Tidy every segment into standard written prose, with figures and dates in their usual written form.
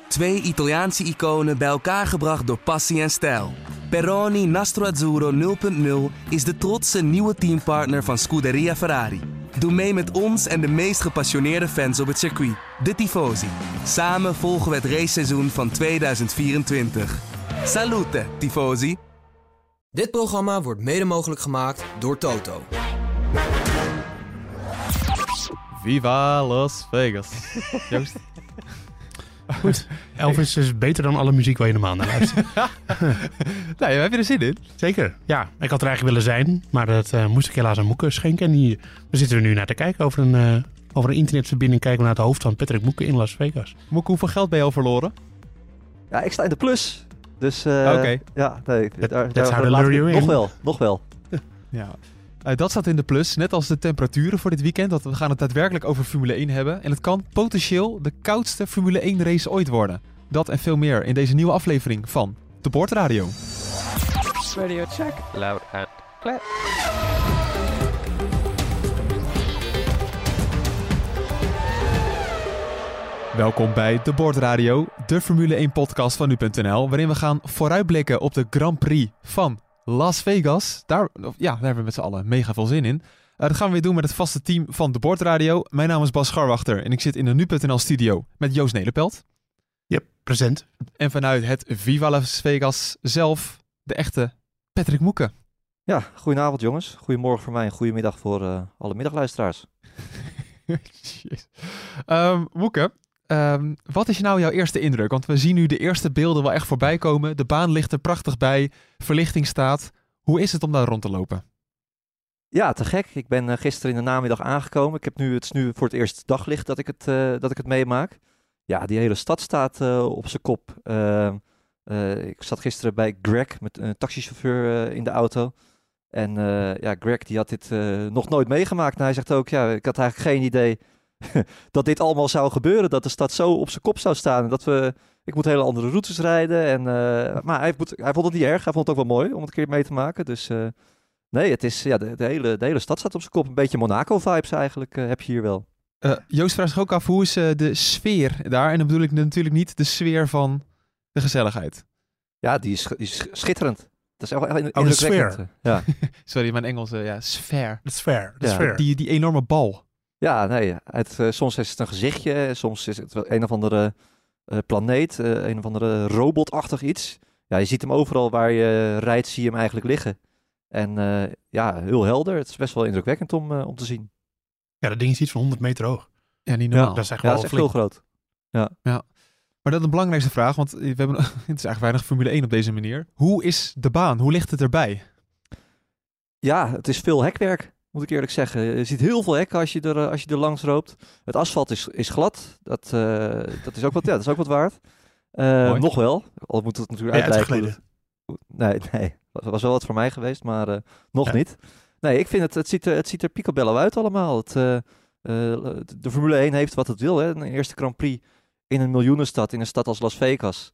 2 Italiaanse iconen bij elkaar gebracht door passie en stijl. Peroni Nastro Azzurro 0.0 is de trotse nieuwe teampartner van Scuderia Ferrari. Doe mee met ons en de meest gepassioneerde fans op het circuit, de Tifosi. Samen volgen we het raceseizoen van 2024. Salute, Tifosi! Dit programma wordt mede mogelijk gemaakt door Toto. Viva Las Vegas. Joost? Goed, Elvis is beter dan alle muziek waar je normaal naar luistert. Nou, heb je er zin in? Zeker, ja. Ik had er eigenlijk willen zijn, maar dat moest ik helaas aan Moeke schenken. En daar zitten we nu naar te kijken. Over een internetverbinding kijken we naar het hoofd van Patrick Moeke in Las Vegas. Moeke, hoeveel geld ben je al verloren? Ja, ik sta in de plus. Dus Oké. Ja, nee, That's how to lure you in. Nog wel. Ja. Dat staat in de plus, net als de temperaturen voor dit weekend. We gaan het daadwerkelijk over Formule 1 hebben. En het kan potentieel de koudste Formule 1 race ooit worden. Dat en veel meer in deze nieuwe aflevering van De Boordradio. Radio check. Loud and clear. Welkom bij De Boordradio, de Formule 1 podcast van nu.nl. Waarin we gaan vooruitblikken op de Grand Prix van Las Vegas. Daar hebben we met z'n allen mega veel zin in. Dat gaan we weer doen met het vaste team van De Boordradio. Mijn naam is Bas Scharwachter en ik zit in de nu.nl studio met Joost Nederpelt. Yep, present. En vanuit het Viva Las Vegas zelf, de echte Patrick Moeke. Ja, goedenavond jongens. Goedemorgen voor mij en goedemiddag voor alle middagluisteraars. Moeke, wat is nou jouw eerste indruk? Want we zien nu de eerste beelden wel echt voorbij komen. De baan ligt er prachtig bij, verlichting staat. Hoe is het om daar rond te lopen? Ja, te gek. Ik ben gisteren in de namiddag aangekomen. Het is nu voor het eerst daglicht dat ik het meemaak. Ja, die hele stad staat op zijn kop. Ik zat gisteren bij Greg met een taxichauffeur in de auto. En Greg die had dit nog nooit meegemaakt. En hij zegt ook, ja, ik had eigenlijk geen idee dat dit allemaal zou gebeuren. Dat de stad zo op zijn kop zou staan. En ik moet hele andere routes rijden. Maar hij vond het niet erg. Hij vond het ook wel mooi om het een keer mee te maken. Dus nee, het is, de hele stad staat op zijn kop. Een beetje Monaco-vibes eigenlijk heb je hier wel. Joost vraagt zich ook af, hoe is de sfeer daar? En dan bedoel ik natuurlijk niet de sfeer van de gezelligheid. Ja, die is schitterend. Dat is echt de sfeer. Ja. Sorry, mijn Engels, sfeer. De sfeer. Die enorme bal. Ja, nee. Soms is het een gezichtje, soms is het wel een of andere planeet, een of andere robotachtig iets. Ja, je ziet hem overal waar je rijdt, zie je hem eigenlijk liggen. En heel helder. Het is best wel indrukwekkend om te zien. Ja, dat ding is iets van 100 meter hoog. Ja, niet normaal. Dat is echt, dat is echt heel groot. Ja. Maar dat is de belangrijkste vraag, want het is eigenlijk weinig Formule 1 op deze manier. Hoe is de baan? Hoe ligt het erbij? Ja, het is veel hekwerk, moet ik eerlijk zeggen. Je ziet heel veel hekken als je er langs loopt. Het asfalt is glad. Dat is ook wat waard. Nog wel. Al moet het natuurlijk uitleggen. Nee. Dat was wel wat voor mij geweest, maar nog niet. Nee, ik vind het ziet er picobello uit allemaal. De Formule 1 heeft wat het wil. Hè? Een eerste Grand Prix in een miljoenenstad, in een stad als Las Vegas.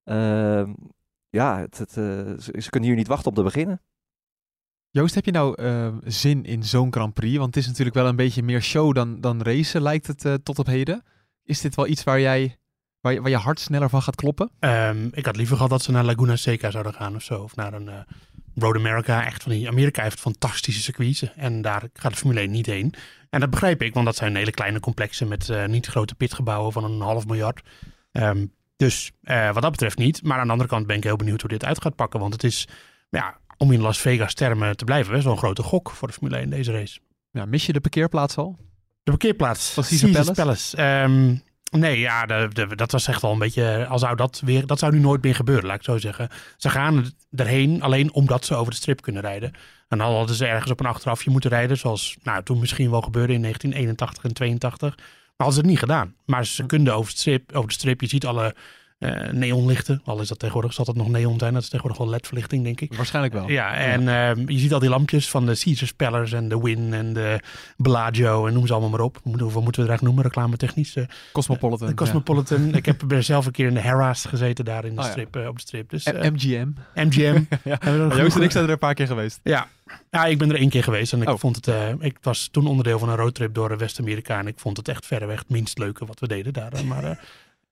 Ze kunnen hier niet wachten om te beginnen. Joost, heb je nou zin in zo'n Grand Prix? Want het is natuurlijk wel een beetje meer show dan racen, lijkt het tot op heden. Is dit wel iets waar je hart sneller van gaat kloppen? Ik had liever gehad dat ze naar Laguna Seca zouden gaan of zo. Of naar een Road America. Amerika heeft fantastische circuits. En daar gaat de Formule 1 niet heen. En dat begrijp ik, want dat zijn hele kleine complexen met niet grote pitgebouwen van 500 miljoen. Dus wat dat betreft niet. Maar aan de andere kant ben ik heel benieuwd hoe dit uit gaat pakken. Want het is, om in Las Vegas termen te blijven, best wel een grote gok voor de Formule 1 deze race. Ja, mis je de parkeerplaats al? De parkeerplaats van Caesars Palace? Nee, ja, dat was echt wel een beetje, dat zou nu nooit meer gebeuren, laat ik zo zeggen. Ze gaan erheen alleen omdat ze over de strip kunnen rijden. En dan hadden ze ergens op een achterafje moeten rijden, zoals toen misschien wel gebeurde in 1981 en 82. Maar hadden ze het niet gedaan. Maar ze kunnen over de strip, je ziet alle neonlichten. Al is dat tegenwoordig, zal dat nog neon zijn? Dat is tegenwoordig wel LED-verlichting, denk ik. Waarschijnlijk wel. Ja, en je ziet al die lampjes van de Caesars Palace en de Wynn en de Bellagio en noem ze allemaal maar op. Hoeveel moeten we er eigenlijk noemen, reclametechnisch? Cosmopolitan. De Cosmopolitan. Ja. Ik ben zelf een keer in de Harrah's gezeten daar in de op de strip. Dus, MGM. MGM. Ja. Joost en ik zijn er een paar keer geweest. Ja, ik ben er 1 keer geweest en ik vond het. Ik was toen onderdeel van een roadtrip door West-Amerika en ik vond het echt verreweg het minst leuke wat we deden daar. Maar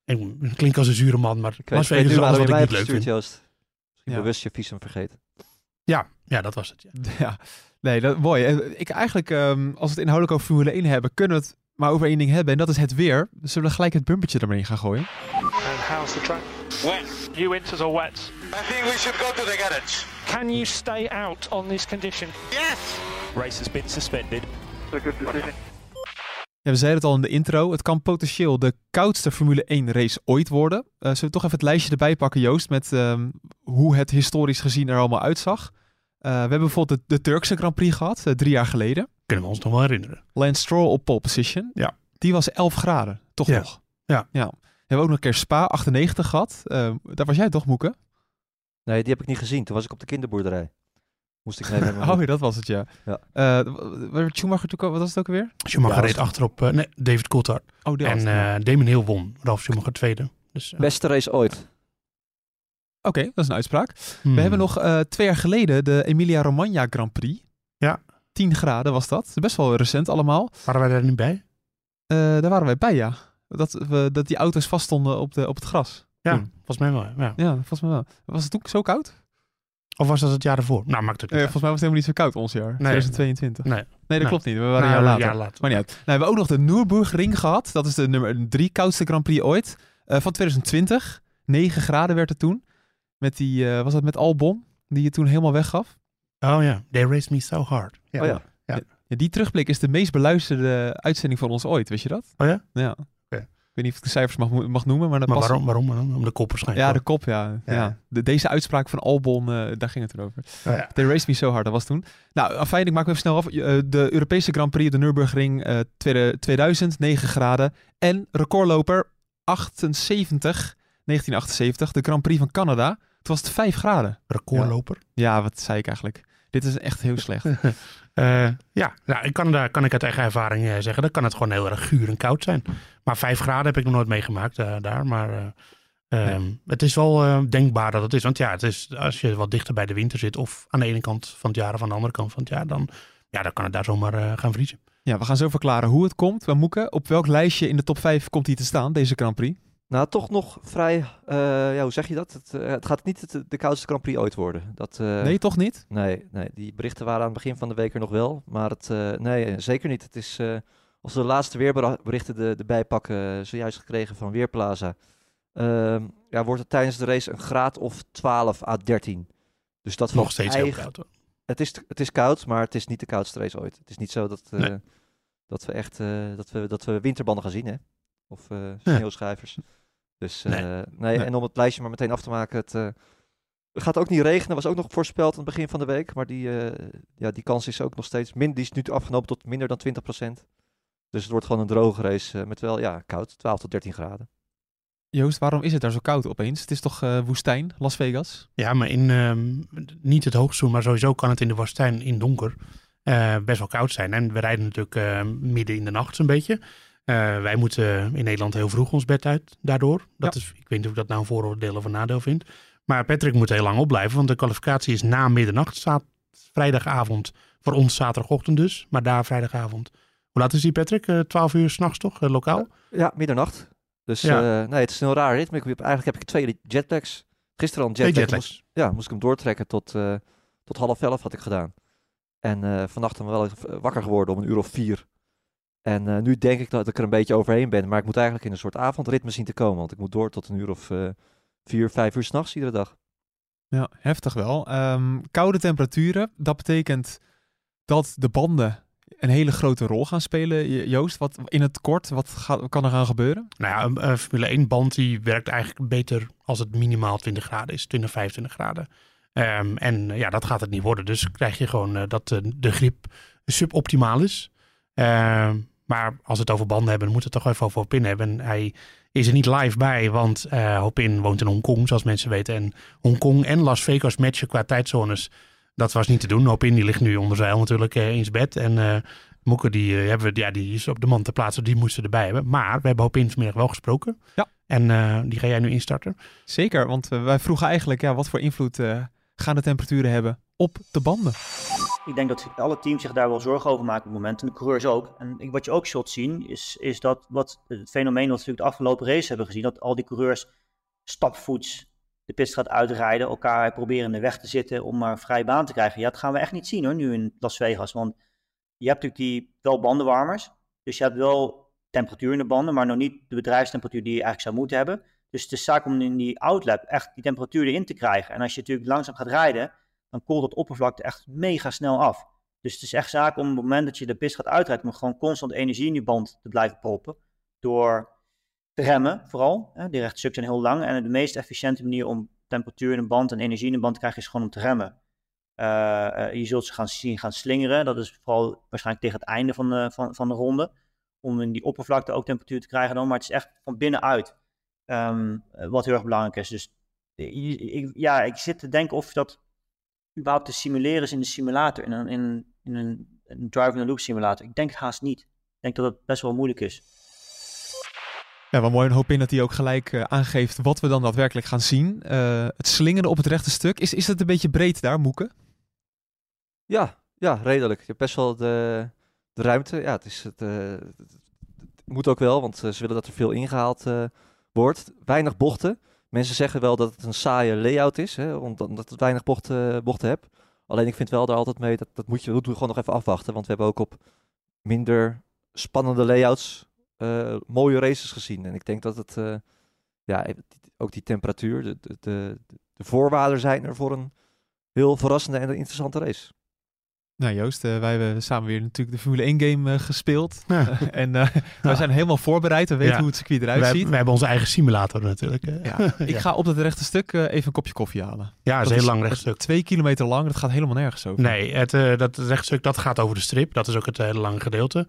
Ik klink als een zure man, maar Ik Las weet Vegas nu is alles waarom wat je ik mij niet hebt leuk vind. gestuurd, Joost. Misschien Ja. bewust je visum vergeten. Ja, dat was het. Ja. Ja, nee, dat mooi. Ik eigenlijk, als we het inhoudelijk over Formule 1 hebben, kunnen we het maar over één ding hebben. En dat is het weer. Dus zullen we gelijk het bumpertje ermee gaan gooien? And how's the track? Wet. You winters or wets? I think we should go to the garage. Can you stay out on this condition? Yes! Race has been suspended. A good decision. Ja, we zeiden het al in de intro. Het kan potentieel de koudste Formule 1 race ooit worden. Zullen we toch even het lijstje erbij pakken, Joost, met hoe het historisch gezien er allemaal uitzag. We hebben bijvoorbeeld de Turkse Grand Prix gehad, 3 jaar geleden. Kunnen we ons nog wel herinneren. Lance Stroll op pole position. Ja. Die was 11 graden, toch Ja. nog? Ja. We hebben ook nog een keer Spa 98 gehad. Daar was jij toch, Moeke? Nee, die heb ik niet gezien. Toen was ik op de kinderboerderij. Moest ik nemen met mijn Oh, moeder. dat was het, ja. Ja. Waar werd Schumacher toen, wat was het ook alweer? Schumacher Ja, reed achterop David Coulthard. Oh, die En Damon Hill won. Ralf Schumacher tweede. Dus, Beste race ooit. Oké, dat is een uitspraak. We hebben nog 2 jaar geleden de Emilia-Romagna Grand Prix. Ja. 10 graden was dat. Best wel recent allemaal. Waren wij daar nu bij? Daar waren wij bij, ja. Dat die auto's vaststonden op het gras. Ja, Toen. volgens mij wel. Ja. Ja, volgens mij wel. Was het toen zo koud? Of was dat het jaar ervoor? Nou, maakt het niet uit. Volgens mij was het helemaal niet zo koud ons jaar. 2022. Nee. Nee, dat klopt niet. We waren Nou, een jaar later. Maar niet uit. Nou, we hebben ook nog de Nürburgring gehad. Dat is de nummer 3 koudste Grand Prix ooit. Van 2020. 9 graden werd het toen. Met die, was dat met Albon? Die je toen helemaal weggaf. Oh ja, They Raced Me So Hard. Ja. Oh ja. Ja, die terugblik is de meest beluisterde uitzending van ons ooit. Weet je dat? Oh ja? Ja. Oké. Ik weet niet of ik de cijfers mag noemen, maar dat Maar past. waarom dan? Om de kop waarschijnlijk. Ja, de hoor. kop, ja. Ja. Deze uitspraak van Albon, daar ging het over. Oh ja. They Raced Me So Hard, dat was toen. Nou, afijn, ik maak hem even snel af. De Europese Grand Prix, de Nürburgring, 2000, 9 graden. En recordloper 1978, de Grand Prix van Canada. Toen was het 5 graden. Recordloper. Ja, wat zei ik eigenlijk? Dit is echt heel slecht. In Canada kan ik uit eigen ervaring zeggen. Dan kan het gewoon heel erg guur en koud zijn. Maar 5 graden heb ik nog nooit meegemaakt daar. Maar het is wel denkbaar dat het is. Want ja, het is, als je wat dichter bij de winter zit... of aan de ene kant van het jaar of aan de andere kant van het jaar... dan kan het daar zomaar gaan vriezen. Ja, we gaan zo verklaren hoe het komt. Maar Moeke, op welk lijstje in de top 5 komt hij te staan, deze Grand Prix? Nou, toch nog vrij... hoe zeg je dat? Het gaat niet de koudste Grand Prix ooit worden. Nee, toch niet? Nee, die berichten waren aan het begin van de week er nog wel. Maar nee, zeker niet. Het is, als we de laatste weerberichten erbij pakken, zojuist gekregen van Weerplaza... wordt het tijdens de race een graad of 12 à 13. Dus dat Nog steeds heel koud hoor. Het is koud, maar het is niet de koudste race ooit. Het is niet zo dat we echt dat we winterbanden gaan zien, hè? Of sneeuwschuivers. Dus nee. En om het lijstje maar meteen af te maken, het gaat ook niet regenen. Was ook nog voorspeld aan het begin van de week, maar die kans is ook nog steeds die is nu afgenomen tot minder dan 20%. Dus het wordt gewoon een droge race met wel koud, 12 tot 13 graden. Joost, waarom is het daar zo koud opeens? Het is toch woestijn, Las Vegas? Ja, maar in niet het hoogseizoen, maar sowieso kan het in de woestijn in donker best wel koud zijn. En we rijden natuurlijk midden in de nacht zo'n beetje. Wij moeten in Nederland heel vroeg ons bed uit daardoor. Dat is, ik weet niet of ik dat nou een vooroordeel of een nadeel vind. Maar Patrick moet heel lang opblijven, want de kwalificatie is na middernacht. Vrijdagavond, voor ons zaterdagochtend dus, maar daar vrijdagavond. Hoe laat is die, Patrick? 12 uur 's nachts toch, lokaal? Ja, middernacht. Dus het is een heel raar ritme. Eigenlijk heb ik 2 jetlags. Gisteren al een jetlag. Moest ik hem doortrekken tot 10:30 had ik gedaan. En vannacht dan wel wakker geworden om 4:00. En nu denk ik dat ik er een beetje overheen ben. Maar ik moet eigenlijk in een soort avondritme zien te komen. Want ik moet door tot 4, 5 uur 's nachts iedere dag. Ja, heftig wel. Koude temperaturen, dat betekent dat de banden een hele grote rol gaan spelen. Joost, wat in het kort, wat kan er gaan gebeuren? Nou ja, een Formule 1 band die werkt eigenlijk beter als het minimaal 20 graden is. 20, 25 graden. Dat gaat het niet worden. Dus krijg je gewoon dat de grip suboptimaal is. Maar als we het over banden hebben, dan moeten we het toch even over Hopin hebben. En hij is er niet live bij, want Hopin woont in Hongkong, zoals mensen weten. En Hongkong en Las Vegas matchen qua tijdzones. Dat was niet te doen. Hopin die ligt nu onder zeil natuurlijk in zijn bed. En Moeke die is op de man te plaatsen. Die moesten erbij hebben. Maar we hebben Hopin vanmiddag wel gesproken. Ja. En die ga jij nu instarten. Zeker, want wij vroegen eigenlijk wat voor invloed gaan de temperaturen hebben op de banden. Ik denk dat alle teams zich daar wel zorgen over maken op het moment. En de coureurs ook. En wat je ook zult zien, is dat het fenomeen wat we natuurlijk de afgelopen race hebben gezien, dat al die coureurs stapvoets de pitstraat uitrijden, elkaar proberen in de weg te zitten om maar vrije baan te krijgen. Ja, dat gaan we echt niet zien hoor, nu in Las Vegas. Want je hebt natuurlijk wel bandenwarmers. Dus je hebt wel temperatuur in de banden, maar nog niet de bedrijfstemperatuur die je eigenlijk zou moeten hebben. Dus het is zaak om in die outlap echt die temperatuur erin te krijgen. En als je natuurlijk langzaam gaat rijden, dan koelt het oppervlakte echt mega snel af. Dus het is echt zaak om op het moment dat je de pist gaat uitrijden, om gewoon constant energie in die band te blijven proppen. Door te remmen vooral. Die rechtstukken zijn heel lang. En de meest efficiënte manier om temperatuur in de band en energie in de band te krijgen is gewoon om te remmen. Je zult ze gaan slingeren. Dat is vooral waarschijnlijk tegen het einde van de ronde. Om in die oppervlakte ook temperatuur te krijgen dan. Maar het is echt van binnenuit wat heel erg belangrijk is. Dus ik zit te denken of dat überhaupt te simuleren is in de simulator. In een drive-in-the-loop simulator. Ik denk het haast niet. Ik denk dat het best wel moeilijk is. Ja, wel mooi. En hoop in dat hij ook gelijk aangeeft wat we dan daadwerkelijk gaan zien. Het slingeren op het rechte stuk. Is het een beetje breed daar, Moeke? Ja, redelijk. Je hebt best wel de ruimte. Ja, het moet ook wel, want ze willen dat er veel ingehaald wordt. Weinig bochten. Mensen zeggen wel dat het een saaie layout is, hè, omdat het weinig bochten hebt. Alleen ik vind wel daar altijd mee, dat moeten we gewoon nog even afwachten. Want we hebben ook op minder spannende layouts mooie races gezien. En ik denk dat het, ook die temperatuur, de voorwaarden zijn er voor een heel verrassende en interessante race. Nou Joost, wij hebben samen weer natuurlijk de Formule 1 game gespeeld. Ja. Wij zijn helemaal voorbereid. We weten hoe het circuit eruit ziet. We hebben onze eigen simulator natuurlijk. Ik ga op dat rechte stuk even een kopje koffie halen. Ja, dat is een heel lang rechtstuk. 2 kilometer lang, dat gaat helemaal nergens over. Nee, dat rechtstuk dat gaat over de strip. Dat is ook het hele lange gedeelte.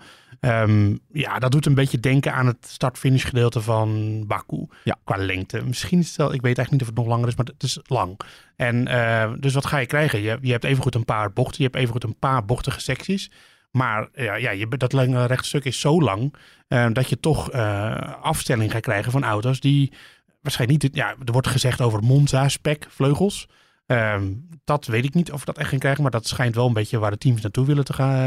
Dat doet een beetje denken aan het start-finish gedeelte van Baku. Ja. Qua lengte. Misschien is het wel, ik weet eigenlijk niet of het nog langer is, maar het is lang. En dus wat ga je krijgen? Je hebt evengoed een paar bochten. Je hebt evengoed een paar bochtige secties. Maar dat lange rechtstuk is zo lang dat je toch afstelling gaat krijgen van auto's die waarschijnlijk niet... Ja, er wordt gezegd over Monza-spec vleugels. Dat weet ik niet of we dat echt gaan krijgen. Maar dat schijnt wel een beetje waar de teams naartoe willen.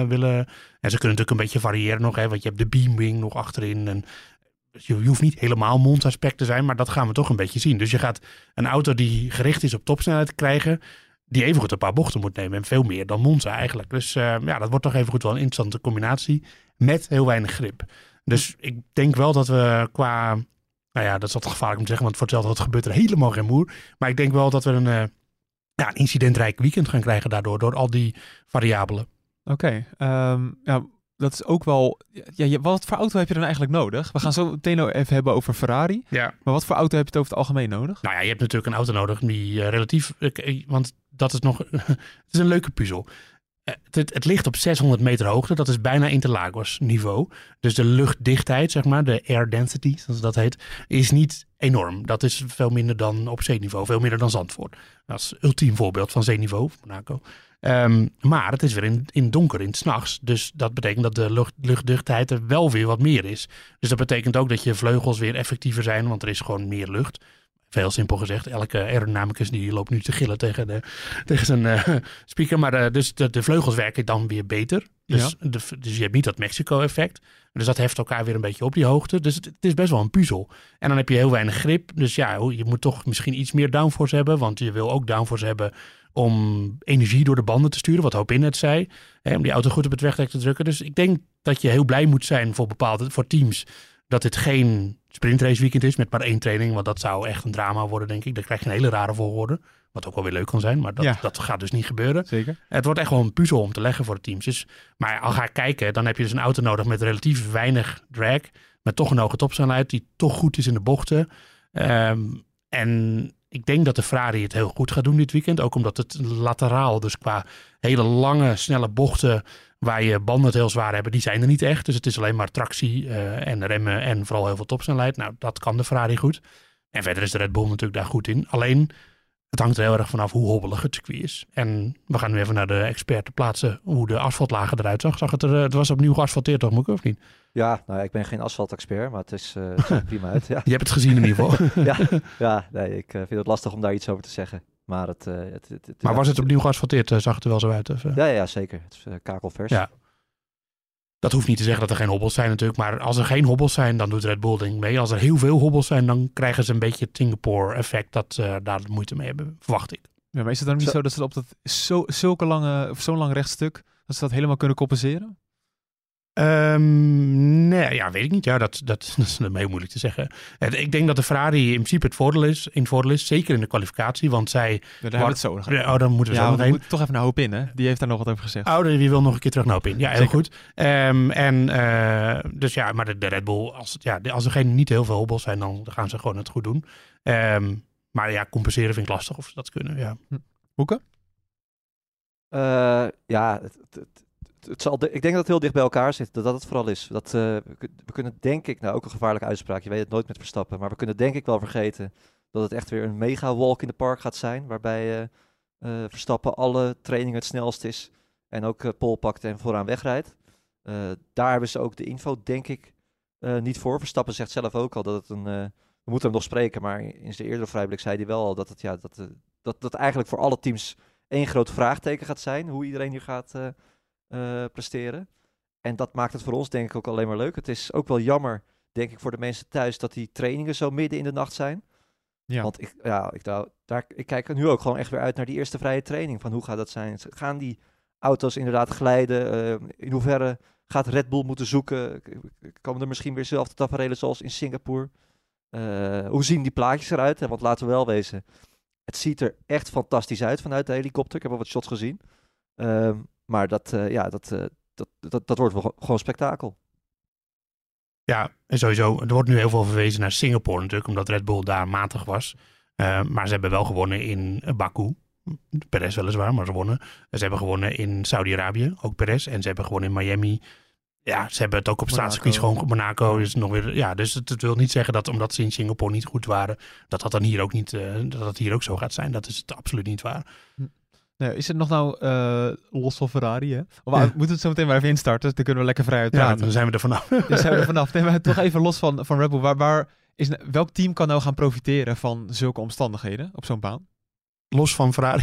En ze kunnen natuurlijk een beetje variëren nog. Hè, want je hebt de beamwing nog achterin. En je hoeft niet helemaal Monza-spec te zijn. Maar dat gaan we toch een beetje zien. Dus je gaat een auto die gericht is op topsnelheid krijgen, die evengoed een paar bochten moet nemen. En veel meer dan Monza eigenlijk. Dus dat wordt toch evengoed wel een interessante combinatie. Met heel weinig grip. Dus ik denk wel dat we qua... Nou ja, dat is altijd gevaarlijk om te zeggen. Want voor hetzelfde gebeurt er helemaal geen moer. Maar ik denk wel dat we een incidentrijk weekend gaan krijgen daardoor. Door al die variabelen. Oké. Dat is ook wel... Ja, wat voor auto heb je dan eigenlijk nodig? We gaan zo meteen even hebben over Ferrari. Ja. Maar wat voor auto heb je het over het algemeen nodig? Nou ja, je hebt natuurlijk een auto nodig die relatief... Want dat is nog... Het is een leuke puzzel. Het ligt op 600 meter hoogte. Dat is bijna Interlagos niveau. Dus de luchtdichtheid, zeg maar, de air density, zoals dat heet, is niet enorm. Dat is veel minder dan op zeeniveau. Veel minder dan Zandvoort. Dat is het ultiem voorbeeld van zeeniveau, Monaco. Maar het is weer in donker, in 's nachts. Dus dat betekent dat de luchtdichtheid er wel weer wat meer is. Dus dat betekent ook dat je vleugels weer effectiever zijn, want er is gewoon meer lucht. Veel simpel gezegd, elke aerodynamicus die loopt nu te gillen tegen zijn speaker. Maar dus de vleugels werken dan weer beter. Dus, dus je hebt niet dat Mexico-effect. Dus dat heft elkaar weer een beetje op die hoogte. Dus het is best wel een puzzel. En dan heb je heel weinig grip. Dus ja, je moet toch misschien iets meer downforce hebben. Want je wil ook downforce hebben om energie door de banden te sturen. Wat Hoop-In net zei. Om die auto goed op het wegdek te drukken. Dus ik denk dat je heel blij moet zijn voor teams dat dit geen sprintrace weekend is met maar 1 training. Want dat zou echt een drama worden, denk ik. Dan krijg je een hele rare volgorde. Wat ook wel weer leuk kan zijn, maar dat gaat dus niet gebeuren. Zeker. Het wordt echt wel een puzzel om te leggen voor de teams. Dus, maar al ga ik kijken, dan heb je dus een auto nodig met relatief weinig drag. Met toch een hoge topsnelheid, die toch goed is in de bochten. En ik denk dat de Ferrari het heel goed gaat doen dit weekend. Ook omdat het lateraal, dus qua hele lange, snelle bochten waar je banden het heel zwaar hebben, die zijn er niet echt. Dus het is alleen maar tractie en remmen en vooral heel veel topsnelheid. Nou, dat kan de Ferrari goed. En verder is de Red Bull natuurlijk daar goed in. Alleen, het hangt er heel erg vanaf hoe hobbelig het circuit is. En we gaan nu even naar de expert te plaatsen hoe de asfaltlagen eruit zag. Het was opnieuw geasfalteerd toch, Moeke, of niet? Ja, nou, ik ben geen asfalt-expert, maar het ziet er prima uit. Ja. Je hebt het gezien in ieder geval. Nee, ik vind het lastig om daar iets over te zeggen. Maar Maar was het opnieuw geasfalteerd? Zag het er wel zo uit? Of? Ja, zeker. Het is kakelvers. Ja. Dat hoeft niet te zeggen dat er geen hobbels zijn natuurlijk. Maar als er geen hobbels zijn, dan doet Red Bull denk ik mee. Als er heel veel hobbels zijn, dan krijgen ze een beetje het Singapore effect. Dat ze daar moeite mee hebben, verwacht ik. Ja, maar is het dan niet zo dat ze op dat zo'n lang rechtstuk, dat ze dat helemaal kunnen compenseren? Nee, ja, weet ik niet. Ja, dat is heel moeilijk te zeggen. Ik denk dat de Ferrari in principe het voordeel is. Zeker in de kwalificatie, want zij... Ja, daar hebben we het zo nog over. Oh, dan moeten we zo nog heen. Moet toch even naar Hoop in, hè? Die heeft daar nog wat over gezegd. Oh, wie wil nog een keer terug naar Hoop in. Ja, heel goed. Dus ja, maar de Red Bull, als er niet heel veel hobbels zijn, dan gaan ze gewoon het goed doen. Maar ja, compenseren vind ik lastig of ze dat kunnen, ja. Hoeken? Ja, ik denk dat het heel dicht bij elkaar zit. Dat het vooral is. We kunnen denk ik, ook een gevaarlijke uitspraak. Je weet het nooit met Verstappen. Maar we kunnen denk ik wel vergeten dat het echt weer een mega walk in the park gaat zijn. Waarbij Verstappen alle trainingen het snelst is. En ook pole pakt en vooraan wegrijdt. Daar hebben ze ook de info denk ik niet voor. Verstappen zegt zelf ook al dat het we moeten hem nog spreken. Maar in zijn eerdere vrijblik zei hij wel al dat eigenlijk voor alle teams één groot vraagteken gaat zijn. Hoe iedereen hier gaat... presteren. En dat maakt het voor ons denk ik ook alleen maar leuk. Het is ook wel jammer, denk ik, voor de mensen thuis dat die trainingen zo midden in de nacht zijn. Ja. Want ik kijk er nu ook gewoon echt weer uit naar die eerste vrije training. Van hoe gaat dat zijn? Gaan die auto's inderdaad glijden? In hoeverre gaat Red Bull moeten zoeken? Komen er misschien weer dezelfde taferelen zoals in Singapore? Hoe zien die plaatjes eruit? Want laten we wel wezen, het ziet er echt fantastisch uit vanuit de helikopter. Ik heb al wat shots gezien. Maar dat wordt wel gewoon spektakel. Ja, en sowieso, er wordt nu heel veel verwezen naar Singapore natuurlijk, omdat Red Bull daar matig was. Maar ze hebben wel gewonnen in Baku. Perez weliswaar, maar ze wonnen. Ze hebben gewonnen in Saudi-Arabië, ook Perez. En ze hebben gewonnen in Miami. Ja, ze hebben het ook op straatcircuits gewoon op Monaco. Dus nog weer, ja, dus het wil niet zeggen dat omdat ze in Singapore niet goed waren, dat dan hier ook niet, dat het hier ook zo gaat zijn. Dat is het absoluut niet waar. Nee, is het nog los van Ferrari, hè? Of we moeten het zo meteen maar even instarten, dan kunnen we lekker vrij uitpraten. Ja, dan zijn we er vanaf. Nee, maar toch even los van Red Bull. Welk team kan nou gaan profiteren van zulke omstandigheden op zo'n baan? Los van Ferrari.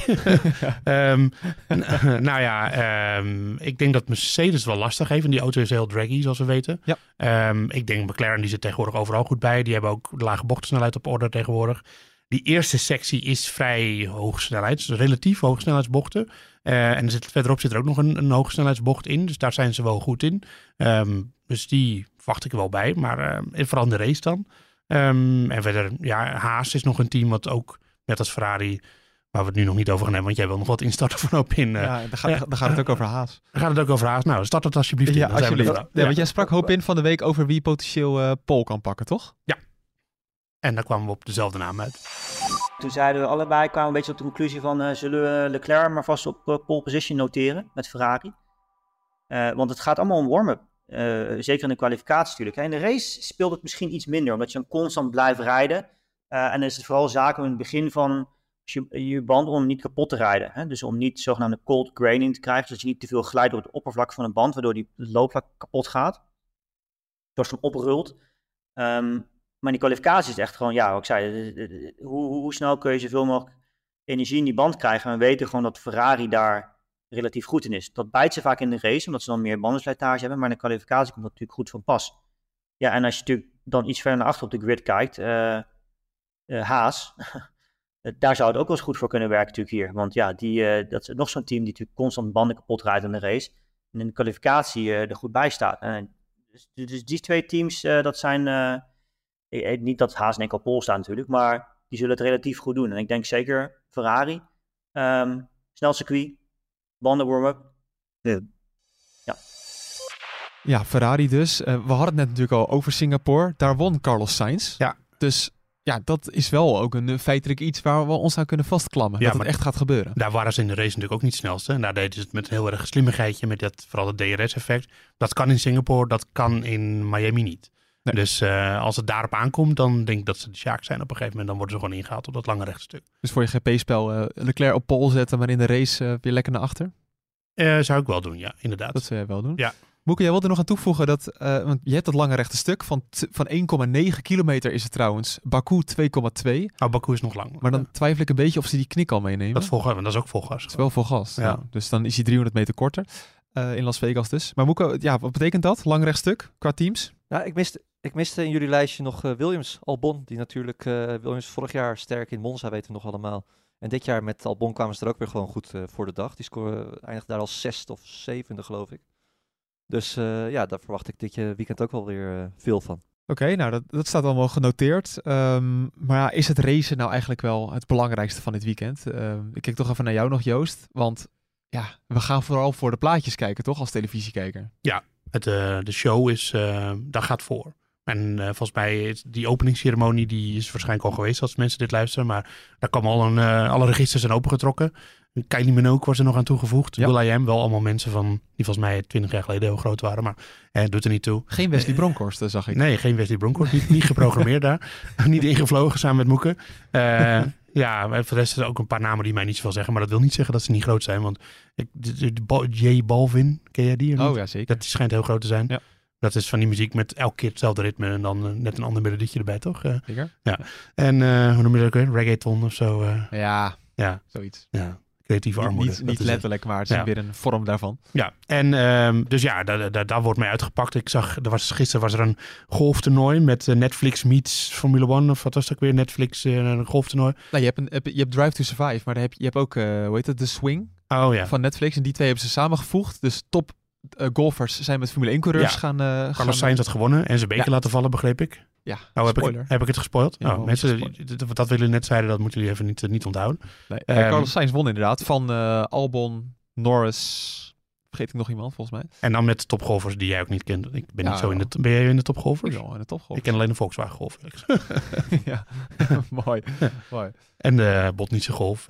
Ik denk dat Mercedes wel lastig heeft. En die auto is heel draggy, zoals we weten. Ja. Ik denk McLaren, die zit tegenwoordig overal goed bij. Die hebben ook de lage bochtensnelheid op orde tegenwoordig. Die eerste sectie is vrij hoge snelheid, dus relatief hoge snelheidsbochten. En verderop zit er ook nog een hoge snelheidsbocht in, dus daar zijn ze wel goed in. Dus die wacht ik er wel bij, maar vooral in de race dan. En verder, ja, Haas is nog een team wat ook, net als Ferrari, waar we het nu nog niet over gaan hebben, want jij wil nog wat instarten van Hoop in. Dan gaat het ook over Haas. Dan gaat het ook over Haas. Nou, start het alsjeblieft in. Ja, alsjeblieft. Want jij sprak Hoop in van de week over wie potentieel pole kan pakken, toch? Ja. En daar kwamen we op dezelfde naam uit. Toen zeiden we allebei, kwamen een beetje op de conclusie van zullen we Leclerc maar vast op pole position noteren met Ferrari. Want het gaat allemaal om warm-up. Zeker in de kwalificatie natuurlijk. In de race speelt het misschien iets minder, omdat je dan constant blijft rijden. En dan is het vooral zaak om in het begin van je band om niet kapot te rijden. Hè? Dus om niet zogenaamde cold graining te krijgen, zodat je niet te veel glijdt door het oppervlak van een band, waardoor het loopvlak kapot gaat. Zoals van oprult. Maar in die kwalificatie is het echt gewoon, ja, wat ik zei, hoe snel kun je zoveel mogelijk energie in die band krijgen. En we weten gewoon dat Ferrari daar relatief goed in is. Dat bijt ze vaak in de race, omdat ze dan meer bandenslijtage hebben. Maar in de kwalificatie komt dat natuurlijk goed van pas. Ja, en als je natuurlijk dan iets verder naar achter op de grid kijkt, Haas, daar zou het ook wel eens goed voor kunnen werken natuurlijk hier. Want ja, dat is nog zo'n team die natuurlijk constant banden kapot rijdt in de race. En in de kwalificatie er goed bij staat. Dus die twee teams, dat zijn... niet dat Haas en enkel pole staan natuurlijk, maar die zullen het relatief goed doen. En ik denk zeker Ferrari, snel circuit, banden warm-up. Ja, Ferrari dus. We hadden het net natuurlijk al over Singapore. Daar won Carlos Sainz. Ja. Dus ja, dat is wel ook een feitelijk iets waar we ons aan kunnen vastklammen. Ja, dat het echt gaat gebeuren. Daar waren ze in de race natuurlijk ook niet het snelste. En daar deden ze het met een heel erg slimmigheidje, met vooral het DRS-effect. Dat kan in Singapore, dat kan in Miami niet. Nee. Dus als het daarop aankomt, dan denk ik dat ze de Sjaak zijn op een gegeven moment. Dan worden ze gewoon ingehaald op dat lange rechtstuk. Dus voor je GP-spel Leclerc op pole zetten, maar in de race weer lekker naar achter? Zou ik wel doen, ja, inderdaad. Dat zou jij wel doen? Ja. Moeke, jij wilde nog aan toevoegen dat, want je hebt dat lange rechte stuk van 1,9 kilometer is het trouwens. Baku 2,2. Nou, Baku is nog lang. Maar dan twijfel ik een beetje of ze die knik al meenemen. Dat is ook vol gas. Dat is wel vol gas. Ja. Ja. Dus dan is hij 300 meter korter in Las Vegas dus. Maar Moeke, ja, wat betekent dat? Lang rechtstuk qua teams? Ja, ik miste in jullie lijstje nog Williams, Albon. Die natuurlijk, Williams vorig jaar sterk in Monza, weten we nog allemaal. En dit jaar met Albon kwamen ze er ook weer gewoon goed voor de dag. Die eindigde daar als 6e of 7e, geloof ik. Dus daar verwacht ik dit weekend ook wel weer veel van. Oké, nou dat staat allemaal genoteerd. Maar ja, is het racen nou eigenlijk wel het belangrijkste van dit weekend? Ik kijk toch even naar jou nog, Joost. Want ja, we gaan vooral voor de plaatjes kijken, toch? Als televisiekijker. Ja, de show is, daar gaat voor. En volgens mij is die openingsceremonie, die is waarschijnlijk al geweest als mensen dit luisteren. Maar daar kwamen alle registers zijn opengetrokken. Kylie Minogue was er nog aan toegevoegd. Ja. Will.i.am, wel allemaal mensen die volgens mij 20 jaar geleden heel groot waren. Maar doet er niet toe. Geen Wesley Bronkhorst, zag ik. Nee, geen Wesley Bronkhorst. Niet geprogrammeerd daar. Niet ingevlogen samen met Moeke. Ja, maar voor de rest is er ook een paar namen die mij niet zoveel zeggen. Maar dat wil niet zeggen dat ze niet groot zijn. Want J Balvin, ken jij die? Oh ja, zeker. Dat schijnt heel groot te zijn. Ja. Dat is van die muziek met elke keer hetzelfde ritme en dan net een ander melodietje erbij, toch? Zeker. Ja. En hoe noem je dat ook weer? Reggaeton of zo? Ja, ja, zoiets. Ja, creatieve armoede. Niet letterlijk, maar het is weer een vorm daarvan. Ja, en dus ja, daar wordt mij uitgepakt. Ik zag, gisteren was er een golftoernooi met Netflix meets Formule 1. Of wat was dat ook weer? Netflix een golftoernooi. Nou, je hebt Drive to Survive, maar je hebt ook, hoe heet het, The Swing van Netflix. En die twee hebben ze samengevoegd. Dus top golfers zijn met Formule 1-coureurs gaan... Carlos Sainz had gewonnen en zijn beker laten vallen, begreep ik. Ja, heb ik het gespoild? Ja, mensen, dat willen net zeiden, dat moeten jullie even niet onthouden. Nee, Carlos Sainz won inderdaad van Albon, Norris, vergeet ik nog iemand volgens mij. En dan met de topgolfers die jij ook niet kent. Ik ben niet zo ben jij in de topgolfers? Ja, in de topgolfers. Ik ken alleen de Volkswagen Golf. Ja, mooi. En de Botnische Golf.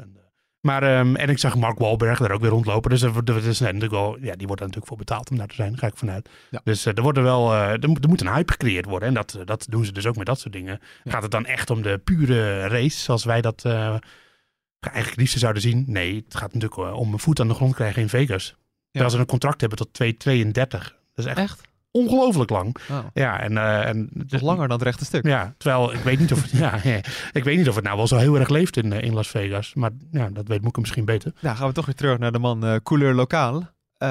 En ik zag Mark Wahlberg daar ook weer rondlopen. Dus dat is natuurlijk wel, ja, die wordt er natuurlijk voor betaald om daar te zijn. Daar ga ik vanuit. Ja. Dus er moet een hype gecreëerd worden. En dat doen ze dus ook met dat soort dingen. Ja. Gaat het dan echt om de pure race, zoals wij dat eigenlijk liefst zouden zien? Nee, het gaat natuurlijk om een voet aan de grond krijgen in Vegas. Terwijl ze een contract hebben tot 2032. Dat is echt? Ongelooflijk lang. Oh. Ja, en nog langer dan het rechte stuk. Ja, terwijl ik weet niet of het nou wel zo heel erg leeft in Las Vegas. Maar ja, dat weet Moeke misschien beter. Nou, gaan we toch weer terug naar de man Couleur Lokaal.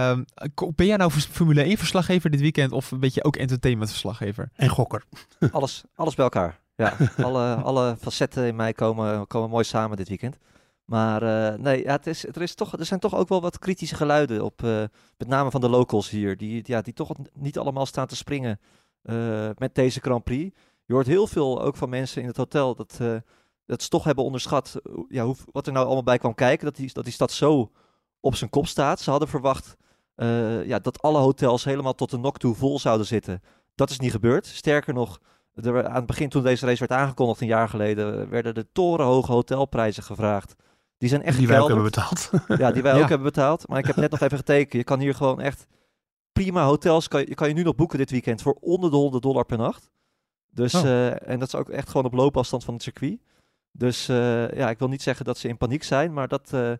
Ben jij nou Formule 1 verslaggever dit weekend of een beetje ook entertainment verslaggever? En gokker. Alles bij elkaar. Ja, alle facetten in mij komen mooi samen dit weekend. Maar nee, ja, er zijn toch ook wel wat kritische geluiden op, met name van de locals hier, die toch niet allemaal staan te springen met deze Grand Prix. Je hoort heel veel ook van mensen in het hotel dat ze toch hebben onderschat wat er nou allemaal bij kwam kijken, dat die stad zo op zijn kop staat. Ze hadden verwacht dat alle hotels helemaal tot de nok toe vol zouden zitten. Dat is niet gebeurd. Sterker nog, aan het begin toen deze race werd aangekondigd een jaar geleden, werden de torenhoge hotelprijzen gevraagd. Die zijn echt die wij ook hebben betaald. Ja, die wij ook hebben betaald. Maar ik heb net nog even gekeken. Je kan hier gewoon echt prima hotels. Kan je nu nog boeken dit weekend voor onder de $100 per nacht. Dus, en dat is ook echt gewoon op loopafstand van het circuit. Dus ik wil niet zeggen dat ze in paniek zijn. Maar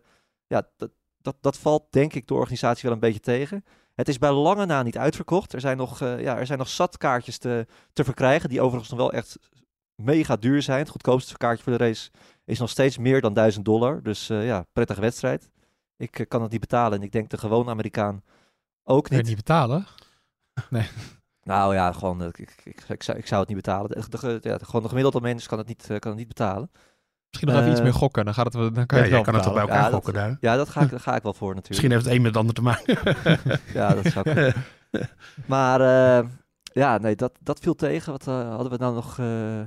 dat valt denk ik de organisatie wel een beetje tegen. Het is bij lange na niet uitverkocht. Er zijn nog zat kaartjes te verkrijgen. Die overigens nog wel echt mega duur zijn. Het goedkoopste kaartje voor de race is nog steeds meer dan $1000. Dus prettige wedstrijd. Ik kan het niet betalen. En ik denk de gewone Amerikaan ook niet. Kun je het niet betalen? Nee. Nou ja, gewoon, ik zou het niet betalen. Gewoon de gemiddelde mens kan het niet betalen. Misschien nog even iets meer gokken. Dan kan je het wel betalen. Kan het toch bij elkaar gokken daar? Ja, daar ga ik wel voor natuurlijk. Misschien heeft het een met het ander te maken. Ja, dat zou ik. Maar nee, dat viel tegen. Wat hadden we nou nog...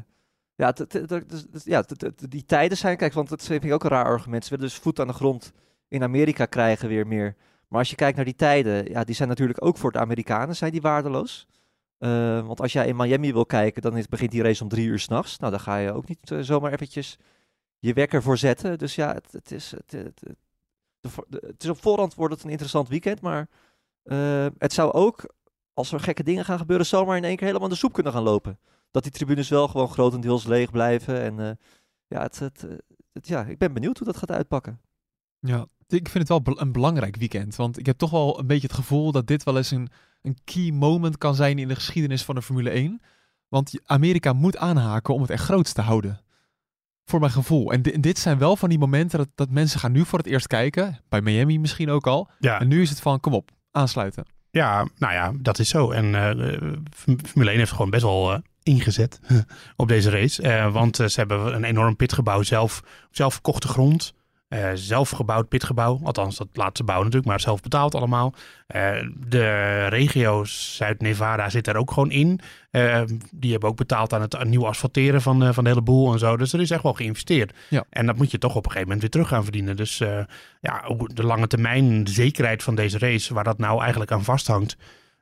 die tijden zijn... Kijk, want dat vind ik ook een raar argument. Ze willen dus voet aan de grond in Amerika krijgen weer meer. Maar als je kijkt naar die tijden... die zijn natuurlijk ook voor de Amerikanen zijn die waardeloos. Want als jij in Miami wil kijken... dan begint die race om 3 uur 's nachts. Nou, daar ga je ook niet zomaar eventjes je wekker voor zetten. Dus ja, het is op voorhand wordt het een interessant weekend. Maar het zou ook, als er gekke dingen gaan gebeuren... zomaar in één keer helemaal in de soep kunnen gaan lopen. Dat die tribunes wel gewoon grotendeels leeg blijven. En ik ben benieuwd hoe dat gaat uitpakken. Ja, Ik vind het wel een belangrijk weekend. Want ik heb toch wel een beetje het gevoel dat dit wel eens een key moment kan zijn in de geschiedenis van de Formule 1. Want Amerika moet aanhaken om het echt groots te houden. Voor mijn gevoel. En dit zijn wel van die momenten dat mensen gaan nu voor het eerst kijken. Bij Miami misschien ook al. Ja. En nu is het van, kom op, aansluiten. Ja, nou ja, dat is zo. En Formule 1 heeft gewoon best wel ingezet op deze race. Want ze hebben een enorm pitgebouw zelf verkochte grond. Zelf gebouwd pitgebouw. Althans, dat laat ze bouwen natuurlijk, maar zelf betaald allemaal. De regio's Zuid-Nevada zit er ook gewoon in. Die hebben ook betaald aan het nieuw asfalteren van de hele boel en zo. Dus er is echt wel geïnvesteerd. Ja. En dat moet je toch op een gegeven moment weer terug gaan verdienen. Dus de lange termijn, de zekerheid van deze race, waar dat nou eigenlijk aan vasthangt.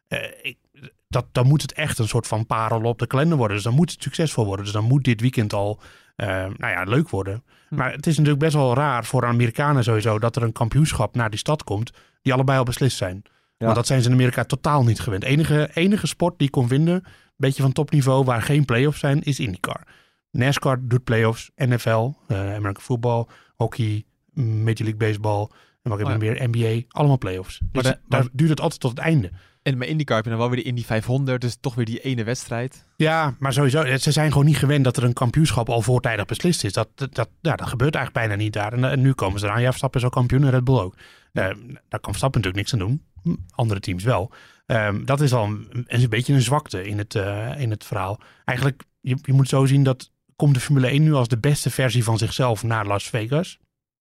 Dan moet het echt een soort van parel op de kalender worden. Dus dan moet het succesvol worden. Dus dan moet dit weekend al leuk worden. Maar het is natuurlijk best wel raar voor Amerikanen sowieso dat er een kampioenschap naar die stad komt die allebei al beslist zijn. Ja. Want dat zijn ze in Amerika totaal niet gewend. Enige sport die ik kon vinden, een beetje van topniveau waar geen play-offs zijn, is IndyCar. NASCAR doet play-offs, NFL, American football, hockey, Major League Baseball en wat heb je meer, NBA, allemaal play-offs. Dus daar duurt het altijd tot het einde. En met IndyCar heb je dan wel weer de Indy 500, dus toch weer die ene wedstrijd. Ja, maar sowieso, ze zijn gewoon niet gewend dat er een kampioenschap al voortijdig beslist is. Dat gebeurt eigenlijk bijna niet daar. En nu komen ze eraan, ja, Verstappen is al kampioen en Red Bull ook. Daar kan Verstappen natuurlijk niks aan doen. Andere teams wel. Dat is al een beetje een zwakte in het verhaal. Eigenlijk, je moet zo zien dat komt de Formule 1 nu als de beste versie van zichzelf naar Las Vegas?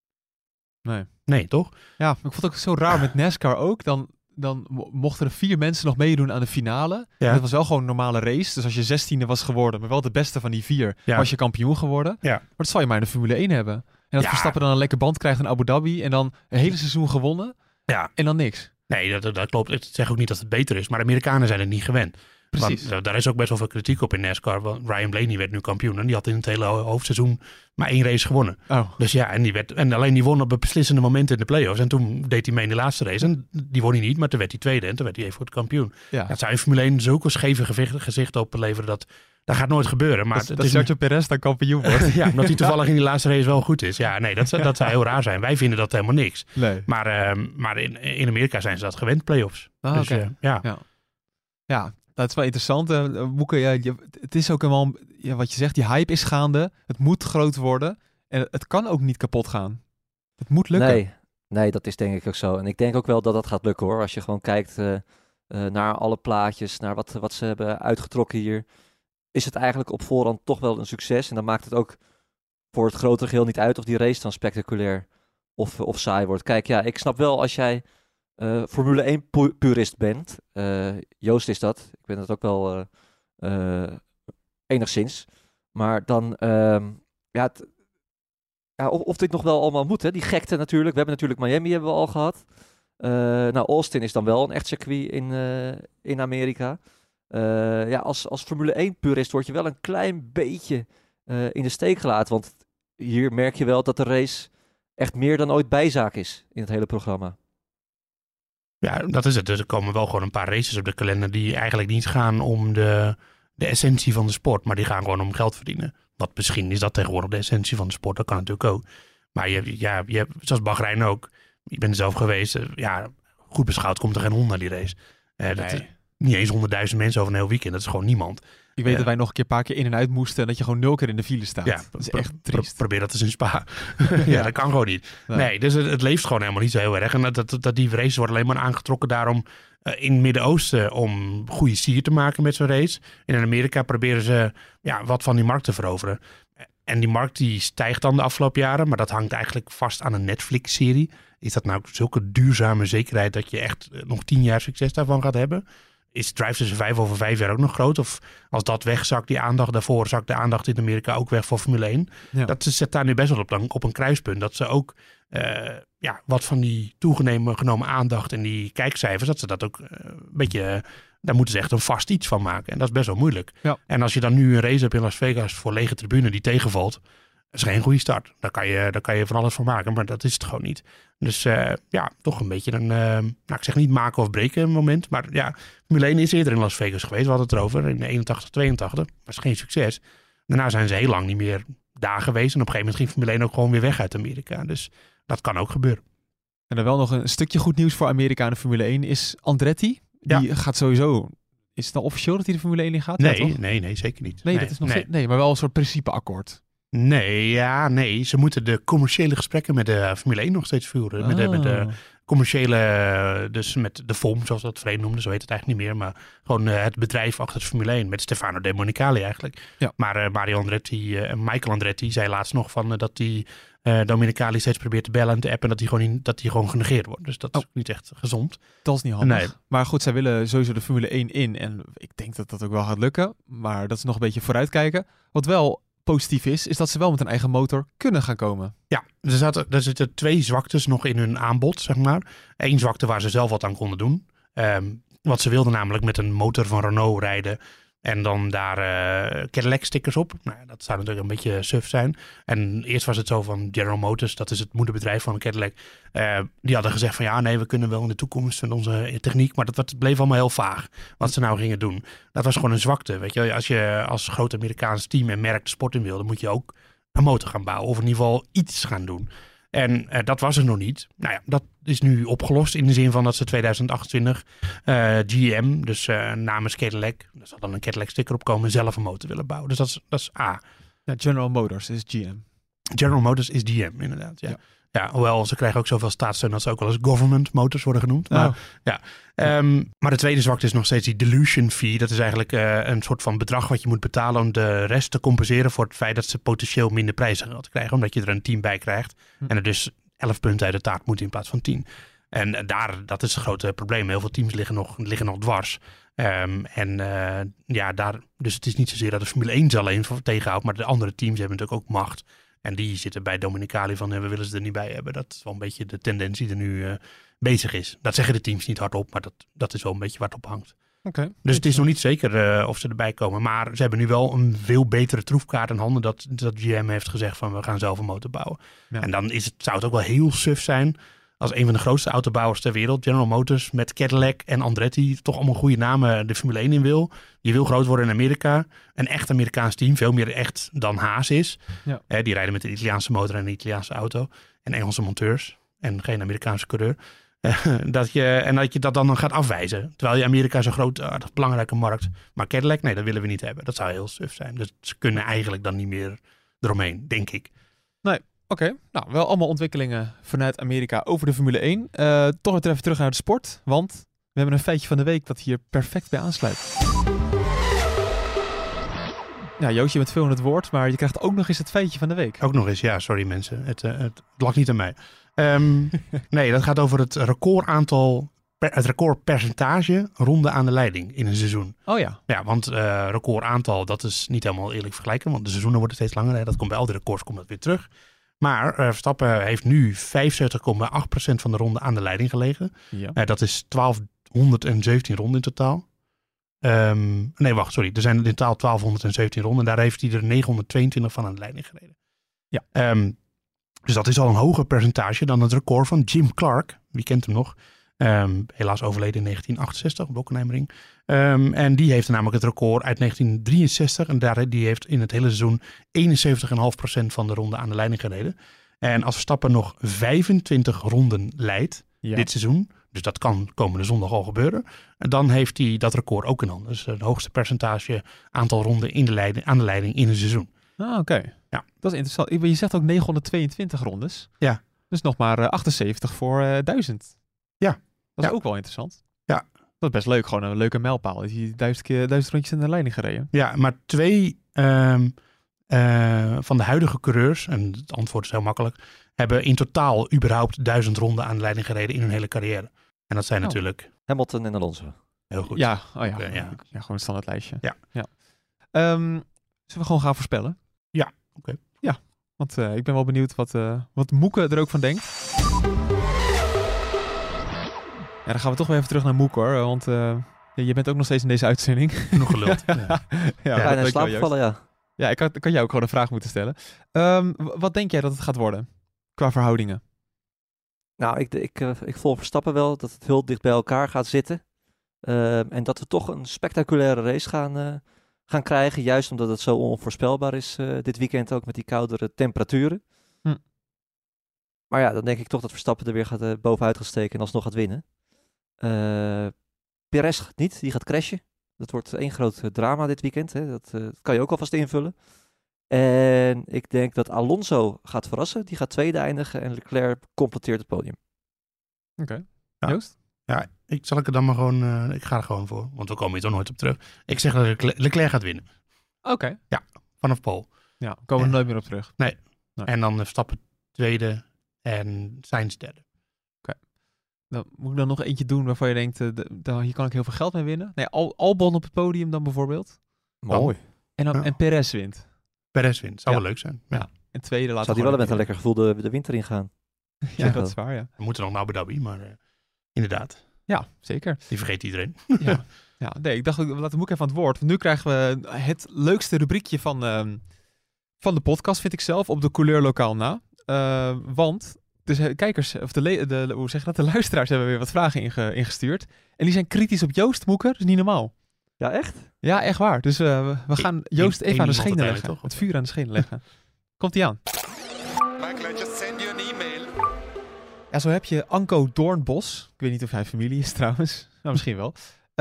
Nee, toch? Ja, ik vond het ook zo raar met NASCAR ook. Dan mochten er 4 mensen nog meedoen aan de finale. Ja. Dat was wel gewoon een normale race. Dus als je 16e was geworden, maar wel de beste van die 4, was je kampioen geworden. Ja. Maar dat zal je maar in de Formule 1 hebben. En dat Verstappen dan een lekker band krijgt in Abu Dhabi en dan een hele seizoen gewonnen en dan niks. Nee, dat klopt. Ik zeg ook niet dat het beter is, maar de Amerikanen zijn het niet gewend. Precies. Want daar is ook best wel veel kritiek op in NASCAR. Want Ryan Blaney werd nu kampioen en die had in het hele hoofdseizoen maar 1 race gewonnen. Oh. Dus ja, en alleen die won op het beslissende moment in de playoffs. En toen deed hij mee in de laatste race. En die won hij niet, maar toen werd hij tweede. En toen werd hij even voor het kampioen. Ja. Het zou in Formule 1 zulke scheve gezicht opleveren dat gaat nooit gebeuren. Maar dat Sergio Perez dan kampioen wordt. Ja, omdat hij toevallig in die laatste race wel goed is. Ja, nee, dat zou heel raar zijn. Wij vinden dat helemaal niks. Nee. Maar in Amerika zijn ze dat gewend, playoffs. Ah, dus ja. Dat is wel interessant. Moeke, het is ook wel, wat je zegt, die hype is gaande. Het moet groot worden. En het kan ook niet kapot gaan. Het moet lukken. Nee, dat is denk ik ook zo. En ik denk ook wel dat dat gaat lukken hoor. Als je gewoon kijkt naar alle plaatjes, naar wat ze hebben uitgetrokken hier, is het eigenlijk op voorhand toch wel een succes. En dan maakt het ook voor het grotere geheel niet uit of die race dan spectaculair of saai wordt. Kijk, ja, ik snap wel als jij Formule 1 purist bent. Joost is dat. Ik ben dat ook wel enigszins. Maar dan, of dit nog wel allemaal moet. Hè? Die gekte natuurlijk. We hebben natuurlijk Miami hebben we al gehad. Austin is dan wel een echt circuit in Amerika. Als Formule 1 purist word je wel een klein beetje in de steek gelaten. Want hier merk je wel dat de race echt meer dan ooit bijzaak is in het hele programma. Ja, dat is het. Dus er komen wel gewoon een paar races op de kalender die eigenlijk niet gaan om de essentie van de sport, maar die gaan gewoon om geld verdienen. Wat misschien is dat tegenwoordig de essentie van de sport, dat kan natuurlijk ook. Maar je hebt zoals Bahrein ook, ik ben er zelf geweest, goed beschouwd komt er geen hond naar die race. Dat is niet eens 100.000 mensen over een heel weekend, dat is gewoon niemand. Ik weet dat wij nog een paar keer in en uit moesten en dat je gewoon 0 keer in de file staat. Ja, dat is echt triest. Probeer dat eens in Spa. Dat kan gewoon niet. Nee, dus het leeft gewoon helemaal niet zo heel erg. En dat die races worden alleen maar aangetrokken daarom in het Midden-Oosten om goede sier te maken met zo'n race. En in Amerika proberen ze wat van die markt te veroveren. En die markt die stijgt dan de afgelopen jaren, maar dat hangt eigenlijk vast aan een Netflix-serie. Is dat nou zulke duurzame zekerheid dat je echt nog 10 jaar succes daarvan gaat hebben? Is Drive to Survive over 5 jaar ook nog groot? Of als dat wegzakt, die aandacht daarvoor, zakt de aandacht in Amerika ook weg voor Formule 1? Ja. Dat zet daar nu best wel op een kruispunt. Dat ze ook wat van die genomen aandacht en die kijkcijfers, dat ze dat ook een beetje, daar moeten ze echt een vast iets van maken. En dat is best wel moeilijk. Ja. En als je dan nu een race hebt in Las Vegas voor lege tribune die tegenvalt, dat is geen goede start. Daar kan je van alles van maken, maar dat is het gewoon niet. Dus toch een beetje een, ik zeg niet maken of breken moment. Maar ja, Formule 1 is eerder in Las Vegas geweest. We hadden het erover in 81, 82. Was geen succes. Daarna zijn ze heel lang niet meer daar geweest. En op een gegeven moment ging Formule 1 ook gewoon weer weg uit Amerika. Dus dat kan ook gebeuren. En dan wel nog een stukje goed nieuws voor Amerika en de Formule 1 is Andretti. Die gaat sowieso... Is het nou officieel dat hij de Formule 1 in gaat? Nee, zeker niet. Nee, dat is nog steeds, maar wel een soort principeakkoord. Nee. Ze moeten de commerciële gesprekken met de Formule 1 nog steeds voeren. Met de commerciële, dus met de FOM, zoals dat vreemd noemde. Zo heet het eigenlijk niet meer. Maar gewoon het bedrijf achter de Formule 1. Met Stefano Domenicali eigenlijk. Ja. Maar Mario Andretti en Michael Andretti zei laatst nog van dat hij Domenicali steeds probeert te bellen en te appen. Dat hij gewoon genegeerd wordt. Dus dat is niet echt gezond. Dat is niet handig. Nee. Maar goed, zij willen sowieso de Formule 1 in. En ik denk dat dat ook wel gaat lukken. Maar dat is nog een beetje vooruitkijken. Wat wel positief is dat ze wel met een eigen motor kunnen gaan komen. Ja, er zitten 2 zwaktes nog in hun aanbod, zeg maar. 1 zwakte waar ze zelf wat aan konden doen. Want ze wilden namelijk met een motor van Renault rijden en dan daar Cadillac stickers op. Nou, dat zou natuurlijk een beetje suf zijn. En eerst was het zo van General Motors, dat is het moederbedrijf van Cadillac. Die hadden gezegd van ja, nee, we kunnen wel in de toekomst met onze techniek. Maar dat bleef allemaal heel vaag wat ze nou gingen doen. Dat was gewoon een zwakte. Weet je, als je als groot Amerikaans team en merk de sport in wilde, moet je ook een motor gaan bouwen. Of in ieder geval iets gaan doen. En dat was er nog niet. Nou ja, dat is nu opgelost in de zin van dat ze 2028 GM, dus namens Cadillac, er zal dan een Cadillac sticker op komen, zelf een motor willen bouwen. Dus dat is A. Ja, General Motors is GM. General Motors is GM, inderdaad. Ja, hoewel ze krijgen ook zoveel staatssteun dat ze ook wel eens government motors worden genoemd. Maar, maar de tweede zwakte is nog steeds die dilution fee. Dat is eigenlijk een soort van bedrag wat je moet betalen om de rest te compenseren voor het feit dat ze potentieel minder prijzen gaan krijgen. Omdat je er een 10 bij krijgt. En er dus 11 punten uit de taart moeten in plaats van 10. En dat is het grote probleem. Heel veel teams liggen nog dwars. Dus het is niet zozeer dat de Formule 1 ze alleen tegenhoudt, maar de andere teams hebben natuurlijk ook macht. En die zitten bij Domenicali van we willen ze er niet bij hebben. Dat is wel een beetje de tendentie die er nu bezig is. Dat zeggen de teams niet hardop, maar dat is wel een beetje waar het op hangt. Okay. Dus het is nog niet zeker of ze erbij komen. Maar ze hebben nu wel een veel betere troefkaart in handen dat GM heeft gezegd van we gaan zelf een motor bouwen. Ja. En dan zou het ook wel heel suf zijn als een van de grootste autobouwers ter wereld, General Motors, met Cadillac en Andretti, toch allemaal goede namen de Formule 1 in wil. Je wil groot worden in Amerika. Een echt Amerikaans team, veel meer echt dan Haas is. Ja. Die rijden met de Italiaanse motor en een Italiaanse auto. En Engelse monteurs. En geen Amerikaanse coureur. Dat je dat dan gaat afwijzen. Terwijl je Amerika is een groot, belangrijke markt. Maar Cadillac, nee, dat willen we niet hebben. Dat zou heel suf zijn. Dus ze kunnen eigenlijk dan niet meer eromheen, denk ik. Nee. Oké, nou wel allemaal ontwikkelingen vanuit Amerika over de Formule 1. Toch weer even terug naar de sport, want we hebben een feitje van de week dat hier perfect bij aansluit. Ja, Jootje bent veel aan het woord, maar je krijgt ook nog eens het feitje van de week. Ook nog eens, ja, sorry mensen. Het lag niet aan mij. Nee, dat gaat over het recordpercentage ronden aan de leiding in een seizoen. Oh ja. Ja, want recordaantal, dat is niet helemaal eerlijk vergelijken, want de seizoenen worden steeds langer. Hè. Dat komt bij al die records komt dat weer terug. Maar Verstappen heeft nu 75,8% van de ronden aan de leiding gelegen. Ja. Dat is 1217 ronden in totaal. Nee, wacht, sorry. Er zijn in totaal 1217 ronden. En daar heeft hij er 922 van aan de leiding gereden. Ja. Dus dat is al een hoger percentage dan het record van Jim Clark. Wie kent hem nog? Helaas overleden in 1968 op de Hockenheimring. En die heeft namelijk het record uit 1963. En die heeft in het hele seizoen 71,5% van de ronden aan de leiding gereden. En als Verstappen nog 25 ronden leidt dit seizoen, dus dat kan komende zondag al gebeuren, dan heeft hij dat record ook in handen. Dus het hoogste percentage aantal ronden aan de leiding in een seizoen. Ah, oké. Ja. Dat is interessant. Je zegt ook 922 rondes. Ja. Dus nog maar 78 voor 1000. Ja. Dat is ook wel interessant. Ja. Dat is best leuk. Gewoon een leuke mijlpaal. Dat je 1000 rondjes in de leiding gereden. Ja, maar 2 van de huidige coureurs, en het antwoord is heel makkelijk, hebben in totaal überhaupt 1000 ronden aan de leiding gereden in hun hele carrière. En dat zijn natuurlijk Hamilton en Alonso. Heel goed. Ja, ja. Ja, gewoon een standaard lijstje. Ja. Zullen we gewoon gaan voorspellen? Ja, oké. Ja, want ik ben wel benieuwd wat Moeke er ook van denkt. Ja, dan gaan we toch weer even terug naar Moeke, hoor. Want je bent ook nog steeds in deze uitzending. Nog geluld. Bijna in slaap vallen, ja. Ja, ik kan jou ook gewoon een vraag moeten stellen. Wat denk jij dat het gaat worden qua verhoudingen? Nou, ik volg Verstappen wel dat het heel dicht bij elkaar gaat zitten. En dat we toch een spectaculaire race gaan krijgen. Juist omdat het zo onvoorspelbaar is dit weekend ook met die koudere temperaturen. Maar ja, dan denk ik toch dat Verstappen er weer bovenuit gaat steken en alsnog gaat winnen. Perez niet, die gaat crashen. Dat wordt één groot drama dit weekend. Hè. Dat kan je ook alvast invullen. En ik denk dat Alonso gaat verrassen. Die gaat tweede eindigen en Leclerc completeert het podium. Oké. Ja. Joost? Ja, ik ga er gewoon voor. Want we komen hier toch nooit op terug. Ik zeg dat Leclerc gaat winnen. Oké. Ja, vanaf pole. Ja, komen we er nooit meer op terug. Nee. Nee. En dan Verstappen tweede en Sainz derde. Dan moet ik dan nog eentje doen waarvan je denkt, hier kan ik heel veel geld mee winnen. Nee, Albon op het podium dan bijvoorbeeld. Mooi. En Perez wint. Perez wint. Zou Ja. wel leuk zijn. Ja. En tweede laten Zou die wel met een lekker gevoel de winter ingaan. Ja, dat is waar, ja. We moeten nog naar Abu Dhabi, maar inderdaad. Ja, zeker. Die vergeet iedereen. Ja, nee, ik dacht, we laten Moek even aan het woord. Want nu krijgen we het leukste rubriekje van de podcast, vind ik zelf, op de couleur lokaal na. Want de kijkers, of hoe zeg je dat? De luisteraars hebben weer wat vragen ingestuurd. En die zijn kritisch op Joost, Moeker. Dat is niet normaal. Ja, echt? Ja, echt waar. Dus we gaan Joost even aan de schenen leggen. toch? Het vuur aan de schenen leggen. Komt-ie aan. Michael, I just send you an email. Ja, zo heb je Anko Doornbos. Ik weet niet of hij familie is trouwens. Nou, misschien wel.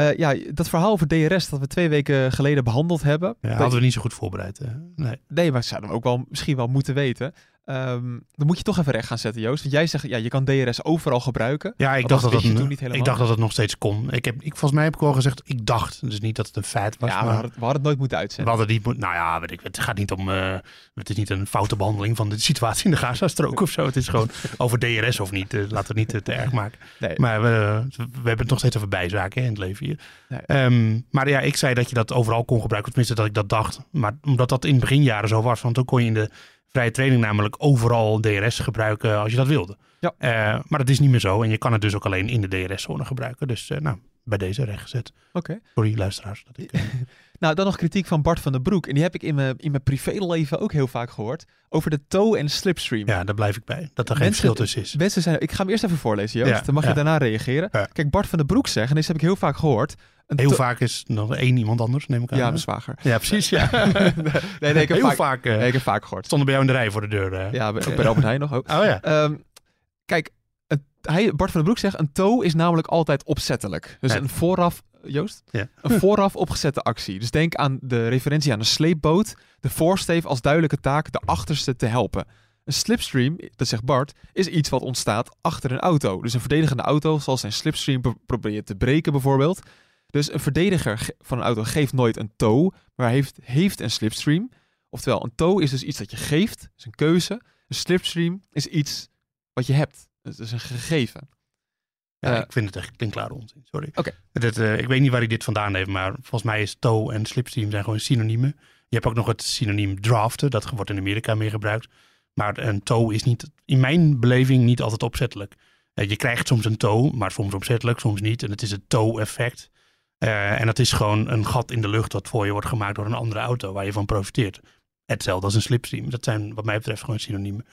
Dat verhaal over DRS dat we 2 weken geleden behandeld hebben. Ja, hadden we niet zo goed voorbereid. Nee, maar zouden we ook misschien wel moeten weten. Dan moet je toch even recht gaan zetten, Joost. Want jij zegt, je kan DRS overal gebruiken. Ja, ik dacht ik dat het nog steeds kon. Volgens mij heb ik al gezegd, ik dacht. Dus niet dat het een feit was. Ja, maar we hadden het nooit moeten uitzenden. We hadden niet nou ja, weet ik, het gaat niet om... het is niet een foute behandeling van de situatie in de Gazastrook of zo. Het is gewoon over DRS of niet. Laten we het niet te erg maken. Nee. Maar we hebben het nog steeds over bijzaken in het leven hier. Nee. Maar ja, ik zei dat je dat overal kon gebruiken. Tenminste, dat ik dat dacht. Maar omdat dat in beginjaren zo was. Want toen kon je in de vrije training namelijk overal DRS gebruiken als je dat wilde. Ja. Maar dat is niet meer zo. En je kan het dus ook alleen in de DRS-zone gebruiken. Dus bij deze rechtgezet. Oké. Sorry, luisteraars. Dat ik, Nou, dan nog kritiek van Bart van den Broek. En die heb ik in mijn privéleven ook heel vaak gehoord. Over de toe- en slipstream. Ja, daar blijf ik bij. Dat er geen verschil tussen is. Ik ga hem eerst even voorlezen, Joost. Ja, Dan mag je daarna reageren. Ja. Kijk, Bart van den Broek zegt, en dit heb ik heel vaak gehoord. Heel vaak is nog één iemand anders, neem ik aan. Ja, mijn zwager. Ja, precies. Ja. nee, ik heb heel vaak. vaak. Ik heb vaak gehoord. Stonden bij jou in de rij voor de deur. Ja, ook bij Albert Heijn nog ook. Oh ja. Kijk, Bart van den Broek zegt, een toe is namelijk altijd opzettelijk. Dus een vooraf... Joost? Ja. Een vooraf opgezette actie. Dus denk aan de referentie aan een sleepboot. De voorsteef als duidelijke taak de achterste te helpen. Een slipstream, dat zegt Bart, is iets wat ontstaat achter een auto. Dus een verdedigende auto zal zijn slipstream proberen te breken bijvoorbeeld. Dus een verdediger van een auto geeft nooit een toe, maar heeft een slipstream. Oftewel, een toe is dus iets dat je geeft, is een keuze. Een slipstream is iets wat je hebt. Het is een gegeven. Ja, ik vind het echt klinkklare onzin, sorry. Oké. Ik weet niet waar hij dit vandaan heeft, maar volgens mij is toe en slipstream zijn gewoon synoniemen. Je hebt ook nog het synoniem draften, dat wordt in Amerika meer gebruikt. Maar een toe is niet, in mijn beleving niet altijd opzettelijk. Je krijgt soms een toe, maar soms opzettelijk, soms niet. En het is het toe-effect. En dat is gewoon een gat in de lucht wat voor je wordt gemaakt door een andere auto waar je van profiteert. Hetzelfde als een slipstream. Dat zijn wat mij betreft gewoon synoniemen.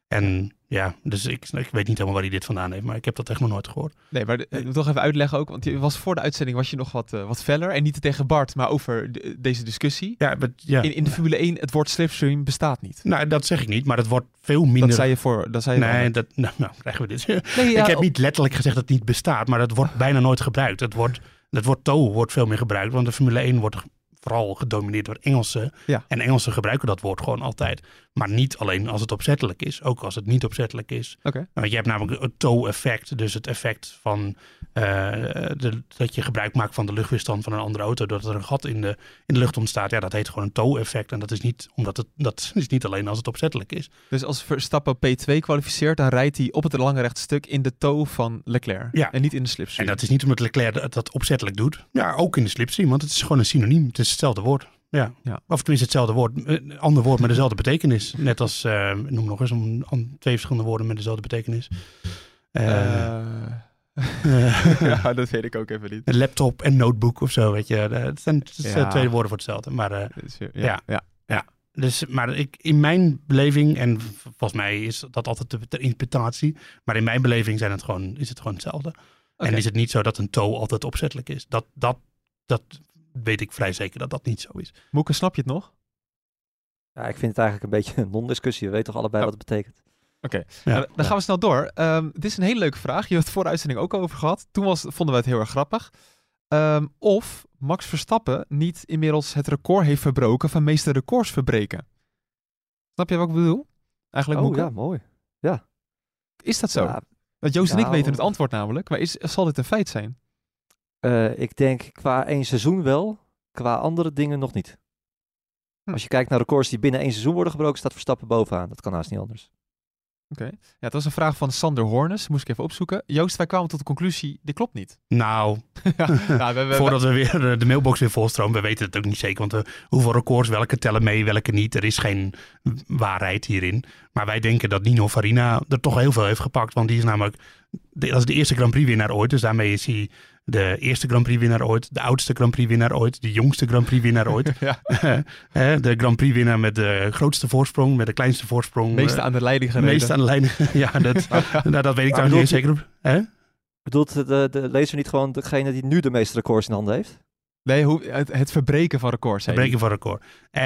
En ja, dus ik weet niet helemaal waar hij dit vandaan heeft, maar ik heb dat echt nog nooit gehoord. Nee, maar ik moet toch even uitleggen ook, want je was voor de uitzending was je nog wat feller. En niet tegen Bart, maar over deze discussie. Ja. In de Formule 1, het woord slipstream bestaat niet. Nou, dat zeg ik niet, maar het wordt veel minder... Dat zei je voor... Nee, nou krijgen we dit. Nee, ja, ik heb niet letterlijk gezegd dat het niet bestaat, maar dat wordt bijna nooit gebruikt. Het woord toe wordt veel meer gebruikt, want de Formule 1 wordt vooral gedomineerd door Engelsen. Ja. En Engelsen gebruiken dat woord gewoon altijd. Maar niet alleen als het opzettelijk is, ook als het niet opzettelijk is. Okay. Want je hebt namelijk het toe-effect, dus het effect van dat je gebruik maakt van de luchtweerstand van een andere auto, doordat er een gat in de lucht ontstaat. Ja, dat heet gewoon een toe-effect. En dat is niet, dat is niet alleen als het opzettelijk is. Dus als Verstappen P2 kwalificeert, dan rijdt hij op het lange rechtstuk in de toe van Leclerc. Ja. En niet in de slipstream. En dat is niet omdat Leclerc dat opzettelijk doet. Ja, ook in de slipstream, want het is gewoon een synoniem. Het is hetzelfde woord. Ja. Of tenminste hetzelfde woord. Een ander woord met dezelfde betekenis. Net als, noem nog eens, 2 verschillende woorden met dezelfde betekenis. Ja, dat weet ik ook even niet. Een laptop en notebook of zo, weet je. Het zijn 2 woorden voor hetzelfde. Maar ja. Dus, maar in mijn beleving, en volgens mij is dat altijd de interpretatie, maar in mijn beleving is het gewoon hetzelfde. Okay. En is het niet zo dat een toe altijd opzettelijk is. Dat weet ik vrij zeker dat dat niet zo is. Moeke, snap je het nog? Ja, ik vind het eigenlijk een beetje een non-discussie. We weten toch allebei wat het betekent. Oké, Ja. dan gaan we snel door. Dit is een hele leuke vraag. Je hebt het voor de uitzending ook over gehad. Toen vonden we het heel erg grappig. Of Max Verstappen niet inmiddels het record heeft verbroken van meeste records verbreken. Snap je wat ik bedoel? Eigenlijk Moeke? Ja, mooi. Is dat zo? Ja, Want Joost en ik nou, weten het antwoord namelijk. Maar zal dit een feit zijn? ik denk qua 1 seizoen wel, qua andere dingen nog niet. Als je kijkt naar records die binnen 1 seizoen worden gebroken, staat Verstappen bovenaan. Dat kan haast niet anders. Oké. Ja, het was een vraag van Sander Hornes. Moest ik even opzoeken. Joost, wij kwamen tot de conclusie, dit klopt niet. Nou, Ja, voordat we weer de mailbox weer volstromen, we weten het ook niet zeker. Want hoeveel records, welke tellen mee, welke niet. Er is geen waarheid hierin. Maar wij denken dat Nino Farina er toch heel veel heeft gepakt. Want die is namelijk, dat is de eerste Grand Prix winnaar ooit. Dus daarmee is hij de eerste Grand Prix winnaar ooit. De oudste Grand Prix winnaar ooit. De jongste Grand Prix winnaar ooit. Ja. De Grand Prix winnaar met de grootste voorsprong, met de kleinste voorsprong. Meeste aan de leiding gereden. Meeste aan de leiding. Ja, dat weet ik trouwens niet zeker. Bedoelt de lezer niet gewoon degene die nu de meeste records in handen heeft? Nee, het verbreken van records. Het verbreken van record.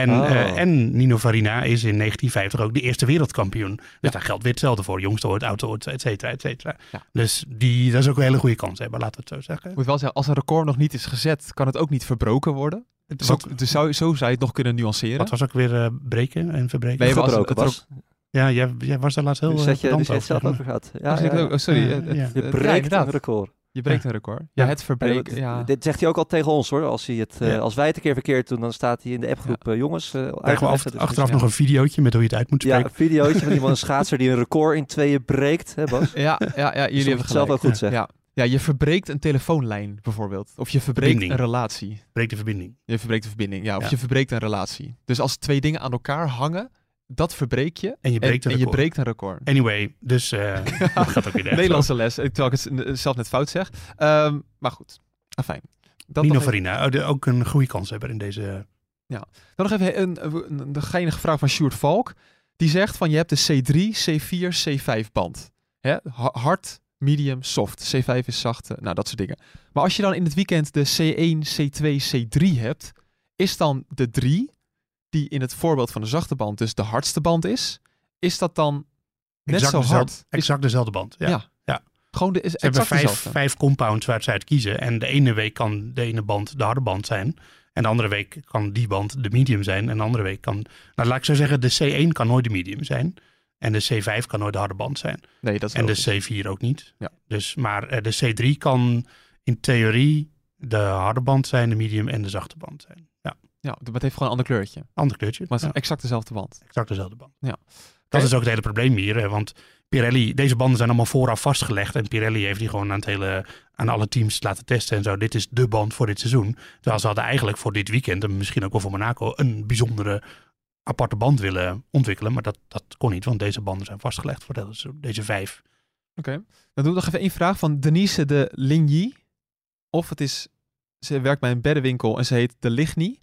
En Nino Farina is in 1950 ook de eerste wereldkampioen. Dus daar geldt weer hetzelfde voor. Jongste ooit, oudste ooit, et cetera, et cetera. Ja. Dus dat is ook een hele goede kans hebben, laten we het zo zeggen. Ik moet wel zeggen, als een record nog niet is gezet, kan het ook niet verbroken worden. Dus zo zou je het nog kunnen nuanceren. Wat was ook weer breken en verbreken? Nee, gebroken was. Ja, jij was daar laatst heel dus je het zelf over gehad. Sorry. Je breekt een record. Je breekt een record. Ja, het verbreken. Ja. Dit zegt hij ook al tegen ons hoor. Als wij het een keer verkeerd doen, dan staat hij in de appgroep. Jongens, krijgen we achteraf nog een videootje met hoe je het uit moet spreken. Ja, een videootje van iemand, een schaatser die een record in 2 breekt. Hè Bas? Ja, jullie hebben het zelf ook goed zeggen. Ja, je verbreekt een telefoonlijn bijvoorbeeld. Of je verbreekt een relatie. Breekt de verbinding. Je verbreekt de verbinding, ja. Of je verbreekt een relatie. Dus als 2 dingen aan elkaar hangen, dat verbreek je. En je breekt een record. Anyway, dus dat gaat ook weer nergens. Nederlandse les, terwijl ik het zelf net fout zeg. Maar goed, fijn. Nino Farina, ook een goede kanshebber in deze... Ja. Dan nog even een geinige vraag van Sjoerd Valk. Die zegt van je hebt de C3, C4, C5 band. Hè? Hard, medium, soft. C5 is zacht, nou dat soort dingen. Maar als je dan in het weekend de C1, C2, C3 hebt, is dan de 3... die in het voorbeeld van de zachte band dus de hardste band is dat dan net zo hard? Exact dezelfde band, ja. Gewoon Ze hebben 5 compounds waar ze uit kiezen. En de ene week kan de ene band de harde band zijn. En de andere week kan die band de medium zijn. En de andere week kan... Nou, laat ik zo zeggen, de C1 kan nooit de medium zijn. En de C5 kan nooit de harde band zijn. Nee, dat is en de C4 ook niet. Ja. Dus, maar de C3 kan in theorie de harde band zijn, de medium en de zachte band zijn. Ja, maar het heeft gewoon een ander kleurtje. Ander kleurtje. Maar het is exact dezelfde band. Exact dezelfde band. Ja. Dat is ook het hele probleem hier. Want Pirelli, deze banden zijn allemaal vooraf vastgelegd. En Pirelli heeft die gewoon aan alle teams laten testen en zo. Dit is de band voor dit seizoen. Terwijl ze hadden eigenlijk voor dit weekend, en misschien ook wel voor Monaco, een bijzondere aparte band willen ontwikkelen. Maar dat kon niet, want deze banden zijn vastgelegd voor deze 5. Oké. Dan doe ik nog even 1 vraag van Denise de Ligny. Of het is, ze werkt bij een beddenwinkel en ze heet de Ligny.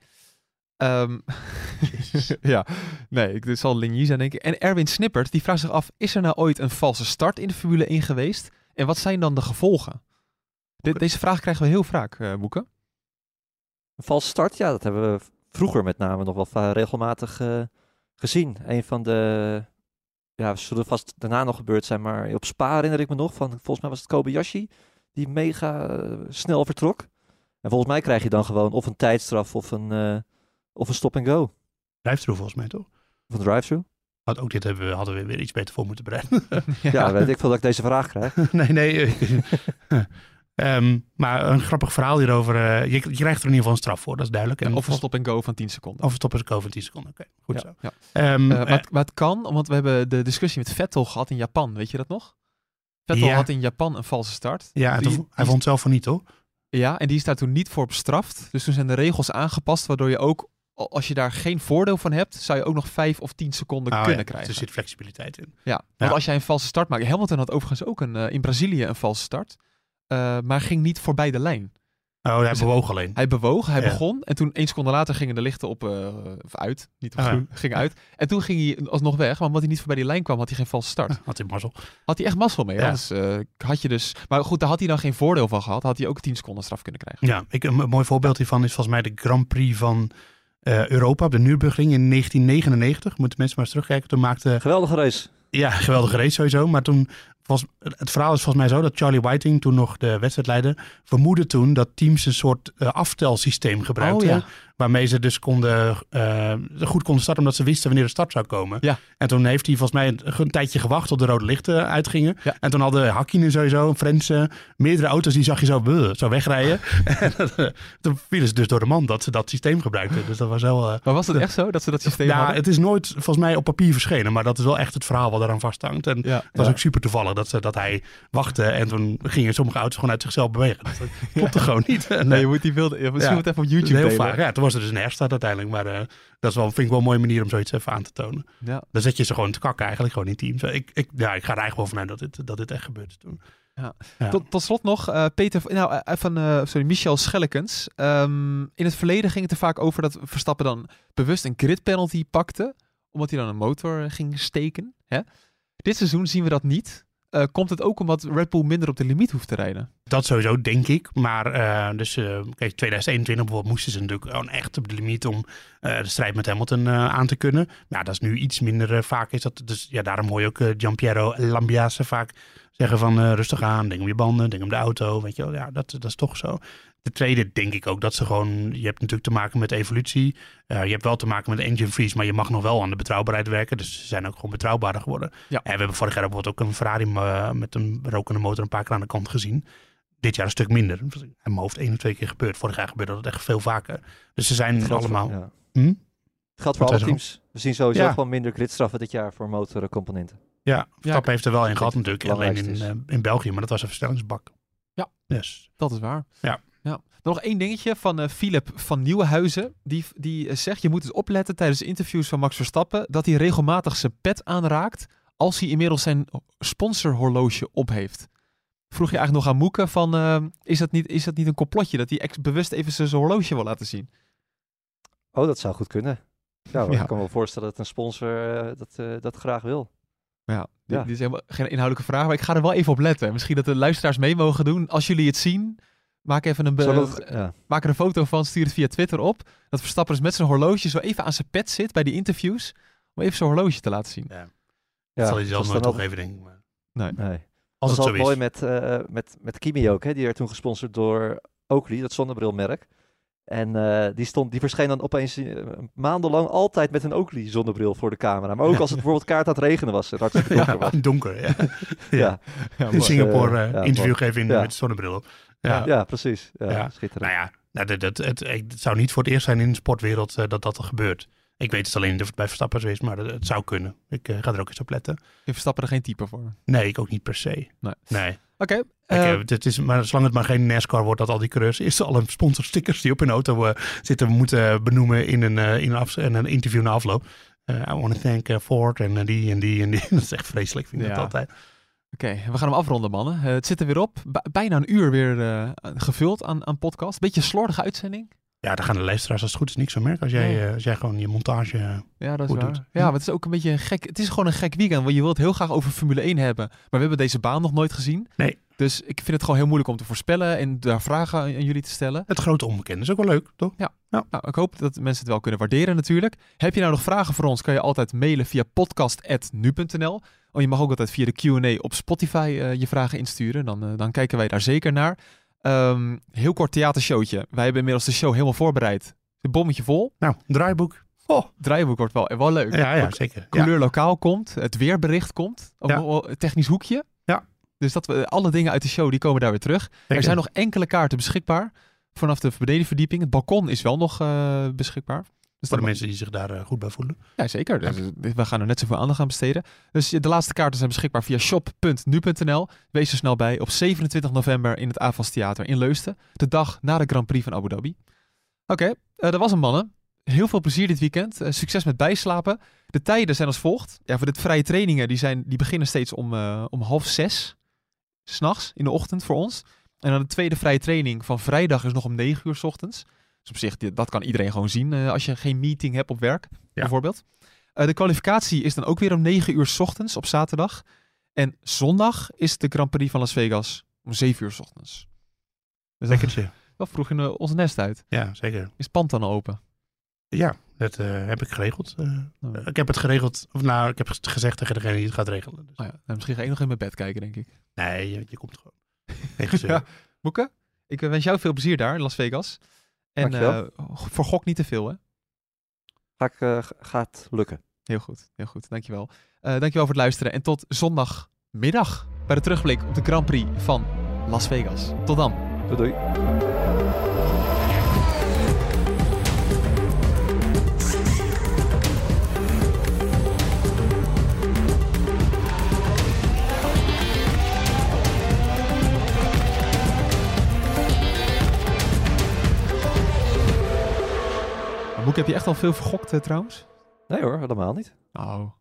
Ja, nee, het zal Ligny zijn denk ik. En Erwin Snippert, die vraagt zich af, is er nou ooit een valse start in de Formule 1 geweest? En wat zijn dan de gevolgen? Deze vraag krijgen we heel vaak, Moeke. Een valse start? Ja, dat hebben we vroeger met name nog wel regelmatig gezien. Een van de, ja, zullen vast daarna nog gebeurd zijn, maar op Spa herinner ik me nog van, volgens mij was het Kobayashi, die mega snel vertrok. En volgens mij krijg je dan gewoon of een tijdstraf of een stop-and-go. Drive-thru volgens mij toch? Of een drive-thru? Ook dit hadden we weer iets beter voor moeten bereiden. Ja, weet ik veel dat ik deze vraag krijg. Nee. Maar een grappig verhaal hierover. Je krijgt er in ieder geval een straf voor, dat is duidelijk. En of een stop-and-go van 10 seconden. Of een stop-and-go van 10 seconden, oké. Goed zo. Ja. Maar het kan, want we hebben de discussie met Vettel gehad in Japan. Weet je dat nog? Vettel had in Japan een valse start. Ja, hij vond zelf van niet, hoor. Ja, en die is daar toen niet voor bestraft. Dus toen zijn de regels aangepast, waardoor je ook, als je daar geen voordeel van hebt, zou je ook nog 5 of 10 seconden kunnen krijgen. Er zit flexibiliteit in. Ja, want als jij een valse start maakt. Hamilton had overigens ook in Brazilië een valse start. Maar ging niet voorbij de lijn. Oh, hij bewoog alleen. Hij begon. En toen 1 seconde later gingen de lichten uit. Niet op groen, ging uit. En toen ging hij alsnog weg. Maar omdat hij niet voorbij die lijn kwam, had hij geen valse start. Had hij mazzel. Had hij echt mazzel mee. Ja. Dus, had je dus... Maar goed, daar had hij dan geen voordeel van gehad. Had hij ook 10 seconden straf kunnen krijgen. Ja, een mooi voorbeeld hiervan is volgens mij de Grand Prix van Europa op de Nürburgring in 1999. Moeten mensen maar eens terugkijken. Toen maakte... Geweldige race. Ja, geweldige race sowieso. Maar toen het verhaal is volgens mij zo dat Charlie Whiting, toen nog de wedstrijd leidde, vermoedde toen dat teams een soort aftelsysteem gebruikten. Waarmee ze dus goed konden starten, omdat ze wisten wanneer de start zou komen. Ja. En toen heeft hij volgens mij een tijdje gewacht tot de rode lichten uitgingen. Ja. En toen hadden Hakkinen sowieso, Frensen, meerdere auto's, die zag je zo wegrijden. En toen vielen ze dus door de man dat ze dat systeem gebruikten. Dus dat was wel... Maar was het echt zo, dat ze dat systeem hadden? Het is nooit volgens mij op papier verschenen, maar dat is wel echt het verhaal wat eraan vasthangt. En het was ook super toevallig dat hij wachtte en toen gingen sommige auto's gewoon uit zichzelf bewegen. Dat klopte gewoon niet. Nee, je moet die beelden... Misschien moet het even op YouTube heel delen. vaak. Ja, toen was er dus een herstart uiteindelijk, maar dat is wel, vind ik wel een mooie manier om zoiets even aan te tonen. Ja. Dan zet je ze gewoon te kakken eigenlijk, gewoon in teams. Ik ga er eigenlijk wel vanuit dat dit echt gebeurt toen. Ja. Ja. Tot slot nog, Michel Schellekens. In het verleden ging het er vaak over dat Verstappen dan bewust een grid penalty pakte, omdat hij dan een motor ging steken. Hè? Dit seizoen zien we dat niet. Komt het ook omdat Red Bull minder op de limiet hoeft te rijden? Dat sowieso, denk ik. Maar kijk, 2021 bijvoorbeeld moesten ze natuurlijk gewoon echt op de limiet om de strijd met Hamilton aan te kunnen. Ja, dat is nu iets minder vaak. Dus daarom hoor je ook Gianpiero Lambiase vaak zeggen van rustig aan, denk om je banden, denk om de auto. Weet je wel, ja, dat is toch zo. De tweede denk ik ook dat ze gewoon, je hebt natuurlijk te maken met evolutie. Je hebt wel te maken met engine freeze, maar je mag nog wel aan de betrouwbaarheid werken. Dus ze zijn ook gewoon betrouwbaarder geworden. Ja. En we hebben vorig jaar bijvoorbeeld ook een Ferrari met een rokende motor een paar keer aan de kant gezien. Dit jaar een stuk minder. In mijn hoofd 1 of 2 keer gebeurd. Vorig jaar gebeurde dat echt veel vaker. Dus ze zijn allemaal... Het geldt voor alle teams. We zien sowieso gewoon minder gridstraffen dit jaar voor motorcomponenten. Ja, Verstappen heeft er wel in gehad natuurlijk. Alleen in België, maar dat was een versnellingsbak. Ja, yes. Dat is waar. Ja. Nog één dingetje van Philip van Nieuwenhuizen. Die zegt, je moet eens opletten tijdens interviews van Max Verstappen dat hij regelmatig zijn pet aanraakt als hij inmiddels zijn sponsorhorloge op heeft. Vroeg je eigenlijk nog aan Moeke van, is dat niet een complotje dat hij bewust even zijn horloge wil laten zien? Oh, dat zou goed kunnen. Ja, ik kan me wel voorstellen dat een sponsor dat graag wil. Ja, dit is helemaal geen inhoudelijke vraag, maar ik ga er wel even op letten. Misschien dat de luisteraars mee mogen doen. Als jullie het zien, maak even maak er een foto van, stuur het via Twitter op. Dat Verstappen dus met zijn horloge zo even aan zijn pet zit bij die interviews, om even zijn horloge te laten zien. Ja. Dat zal hij zelf nooit opgeven, denk ik. Maar... Nee. Als het zo is. Mooi met Kimi ook, hè? Die werd toen gesponsord door Oakley, dat zonnebrilmerk. En die verscheen dan opeens maandenlang altijd met een Oakley zonnebril voor de camera. Maar ook als het bijvoorbeeld kaart aan het regenen was. Het hartstikke donker was. Donker, ja. In Singapore interview geven met zonnebril op. Ja, precies. Ja, schitterend. Het zou niet voor het eerst zijn in de sportwereld dat gebeurt. Ik weet het alleen niet of het bij Verstappen zo is, maar het zou kunnen. Ik ga er ook eens op letten. Je Verstappen er geen type voor? Nee, ik ook niet per se. Nee. Oké. Het is, maar zolang het maar geen NASCAR wordt, dat al die coureurs eerst alle sponsorstickers die op hun auto zitten moeten benoemen in een interview na afloop. I want to thank Ford en die. Dat is echt vreselijk, vind ik dat altijd. Oké, we gaan hem afronden, mannen. Het zit er weer op. Bijna een uur weer gevuld aan podcast. Beetje slordige uitzending. Ja, daar gaan de luisteraars als het goed is niks van merken. Als jij gewoon je montage dat is waar. Doet. Ja, maar het is ook een beetje gek. Het is gewoon een gek weekend. Want je wilt heel graag over Formule 1 hebben. Maar we hebben deze baan nog nooit gezien. Nee. Dus ik vind het gewoon heel moeilijk om te voorspellen en daar vragen aan jullie te stellen. Het grote onbekende is ook wel leuk, toch? Ja. Nou, ik hoop dat mensen het wel kunnen waarderen natuurlijk. Heb je nou nog vragen voor ons, kan je altijd mailen via podcast@nu.nl. Je mag ook altijd via de Q&A op Spotify je vragen insturen. Dan kijken wij daar zeker naar. Heel kort theatershowtje. Wij hebben inmiddels de show helemaal voorbereid. Een bommetje vol. Nou, draaiboek. Draaiboek wordt wel leuk. Ja, zeker. Couleur lokaal komt. Het weerbericht komt. Het technisch hoekje. Ja. Dus alle dingen uit de show, die komen daar weer terug. Zeker. Er zijn nog enkele kaarten beschikbaar. Vanaf de benedenverdieping. Het balkon is wel nog beschikbaar. Dus voor de mensen die zich daar goed bij voelen. Ja, zeker. Dus we gaan er net zoveel aandacht aan besteden. Dus de laatste kaarten zijn beschikbaar via shop.nu.nl. Wees er snel bij op 27 november in het Avas Theater in Leusden. De dag na de Grand Prix van Abu Dhabi. Oké, dat was hem, mannen. Heel veel plezier dit weekend. Succes met bijslapen. De tijden zijn als volgt. Ja, voor de vrije trainingen die beginnen steeds om 5:30 s'nachts in de ochtend voor ons. En dan de tweede vrije training van vrijdag is nog om 9 uur 's ochtends. Dus op zich, dat kan iedereen gewoon zien als je geen meeting hebt op werk, bijvoorbeeld. De kwalificatie is dan ook weer om 9 uur 's ochtends op zaterdag. En zondag is de Grand Prix van Las Vegas om 7 uur 's ochtends. Dus lekkertje. Wel vroeg in ons nest uit. Ja, zeker. Is het pand dan open? Ja, Dat heb ik geregeld. Ik heb het geregeld. Ik heb gezegd tegen degene die het gaat regelen. Dus. Oh ja. Nou, misschien ga ik nog in mijn bed kijken, denk ik. Nee, je komt gewoon. Ja, Moeke, ik wens jou veel plezier daar in Las Vegas. En vergok niet te veel, hè? Gaat lukken. Heel goed, dankjewel. Dankjewel voor het luisteren en tot zondagmiddag bij de terugblik op de Grand Prix van Las Vegas. Tot dan. Doei. Moek, heb je echt al veel vergokt trouwens? Nee hoor, helemaal niet. Oh.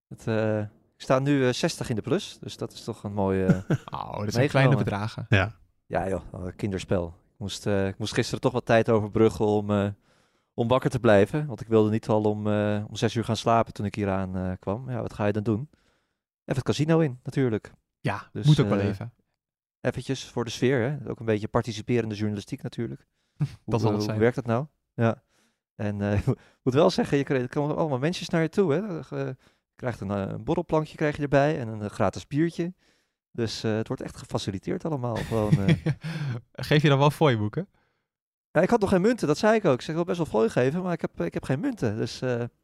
Ik sta nu 60 in de plus, dus dat is toch een mooie... dat zijn kleine bedragen. Ja joh, kinderspel. Ik moest gisteren toch wat tijd overbruggen om wakker te blijven. Want ik wilde niet al om 6 uur gaan slapen toen ik hier aan kwam. Ja, wat ga je dan doen? Even het casino in, natuurlijk. Ja, dus, moet ook wel even. Eventjes voor de sfeer, hè. Ook een beetje participerende journalistiek natuurlijk. Hoe werkt dat nou? Ja. En ik moet wel zeggen, er komen allemaal mensen naar je toe. Hè. Je krijgt een borrelplankje krijg je erbij en een gratis biertje. Dus het wordt echt gefaciliteerd allemaal. Gewoon, Geef je dan wel fooiboeken? Ja, ik had nog geen munten, dat zei ik ook. Ik zeg, ik wil best wel fooi geven, maar ik heb geen munten. Dus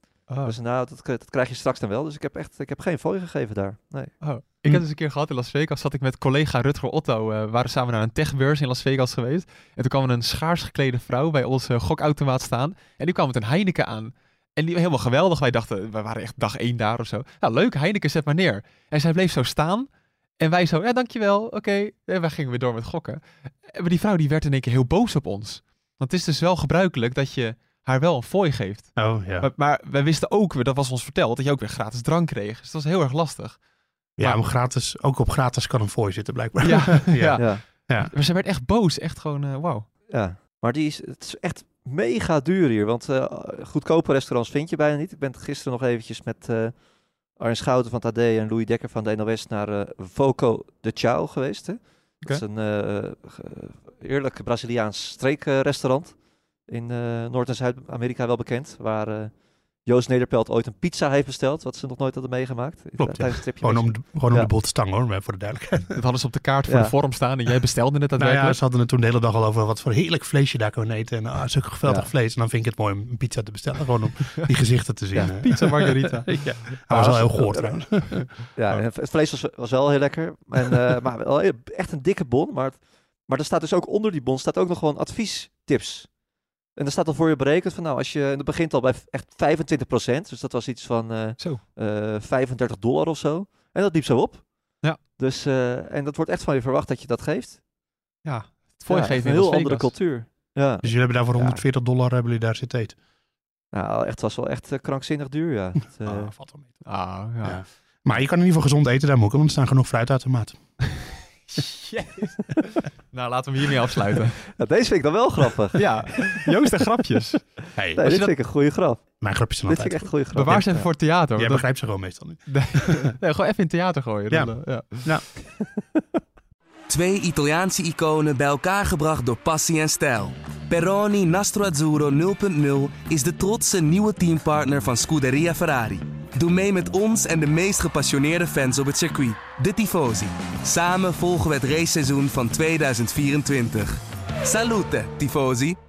dat krijg je straks dan wel. Dus ik heb geen fooi gegeven daar. Nee. Ik heb dus een keer gehad in Las Vegas, zat ik met collega Rutger Otto, we waren samen naar een techbeurs in Las Vegas geweest. En toen kwam een schaars geklede vrouw bij onze gokautomaat staan. En die kwam met een Heineken aan. En die helemaal geweldig. Wij dachten, we waren echt dag 1 daar of zo. Nou, leuk, Heineken, zet maar neer. En zij bleef zo staan. En wij zo, ja, dankjewel, oké. En wij gingen weer door met gokken. Maar die vrouw die werd in één keer heel boos op ons. Want het is dus wel gebruikelijk dat je haar wel een fooi geeft. Oh, ja. Maar wij wisten ook, dat was ons verteld, dat je ook weer gratis drank kreeg. Dus dat was heel erg lastig. Ja, maar ook op gratis kan een fooi zitten blijkbaar. Ja. Maar ze werd echt boos, echt gewoon, wauw. Ja, maar het is echt mega duur hier, want goedkope restaurants vind je bijna niet. Ik ben gisteren nog eventjes met Arjen Schouten van het AD en Louis Dekker van de NOS naar Voco de Chao geweest. Hè? Dat is een heerlijk Braziliaans streekrestaurant in Noord- en Zuid-Amerika wel bekend, waar Joost Nederpelt ooit een pizza heeft besteld, wat ze nog nooit hadden meegemaakt. Klopt, gewoon om de botte stang hoor, maar voor de duidelijkheid. Dat hadden ze op de kaart voor de vorm staan en jij bestelde het daadwerkelijk. Nou ja, ze hadden het toen de hele dag al over wat voor heerlijk vlees je daar kon eten. En zulke geweldig vlees. En dan vind ik het mooi om een pizza te bestellen, gewoon om die gezichten te zien. Ja, pizza margarita. Hij was wel heel goor trouwens. Ja, en het vlees was wel heel lekker. En, maar wel echt een dikke bon. Maar er staat dus ook onder die bon staat ook nog gewoon adviestips. En er staat al voor je berekend van als je, en dat begint al bij echt 25%, dus dat was iets van $35 of zo. En dat liep zo op. Ja. Dus, en dat wordt echt van je verwacht dat je dat geeft. Ja, het voorgeven een heel andere cultuur. Ja. Dus jullie hebben daar voor $140 hebben jullie daar zitten eten? Nou, het was wel echt krankzinnig duur, ja. Valt wel mee. Ja. Maar je kan in ieder geval gezond eten daar, Moeke, want er staan genoeg fruitautomaten. Nou, laten we hiermee afsluiten. Ja, deze vind ik dan wel grappig. Ja, Joost en grapjes. Hey, dit vind ik een goede grap. Mijn grapjes zijn dit vind ik echt een goede grap. Bewaar ze even voor het theater. Jij begrijpt ze gewoon meestal niet. Nee, gewoon even in het theater gooien. Ja. 2 Italiaanse iconen bij elkaar gebracht door passie en stijl. Peroni Nastro Azzurro 0.0 is de trotse nieuwe teampartner van Scuderia Ferrari. Doe mee met ons en de meest gepassioneerde fans op het circuit, de Tifosi. Samen volgen we het raceseizoen van 2024. Salute, Tifosi!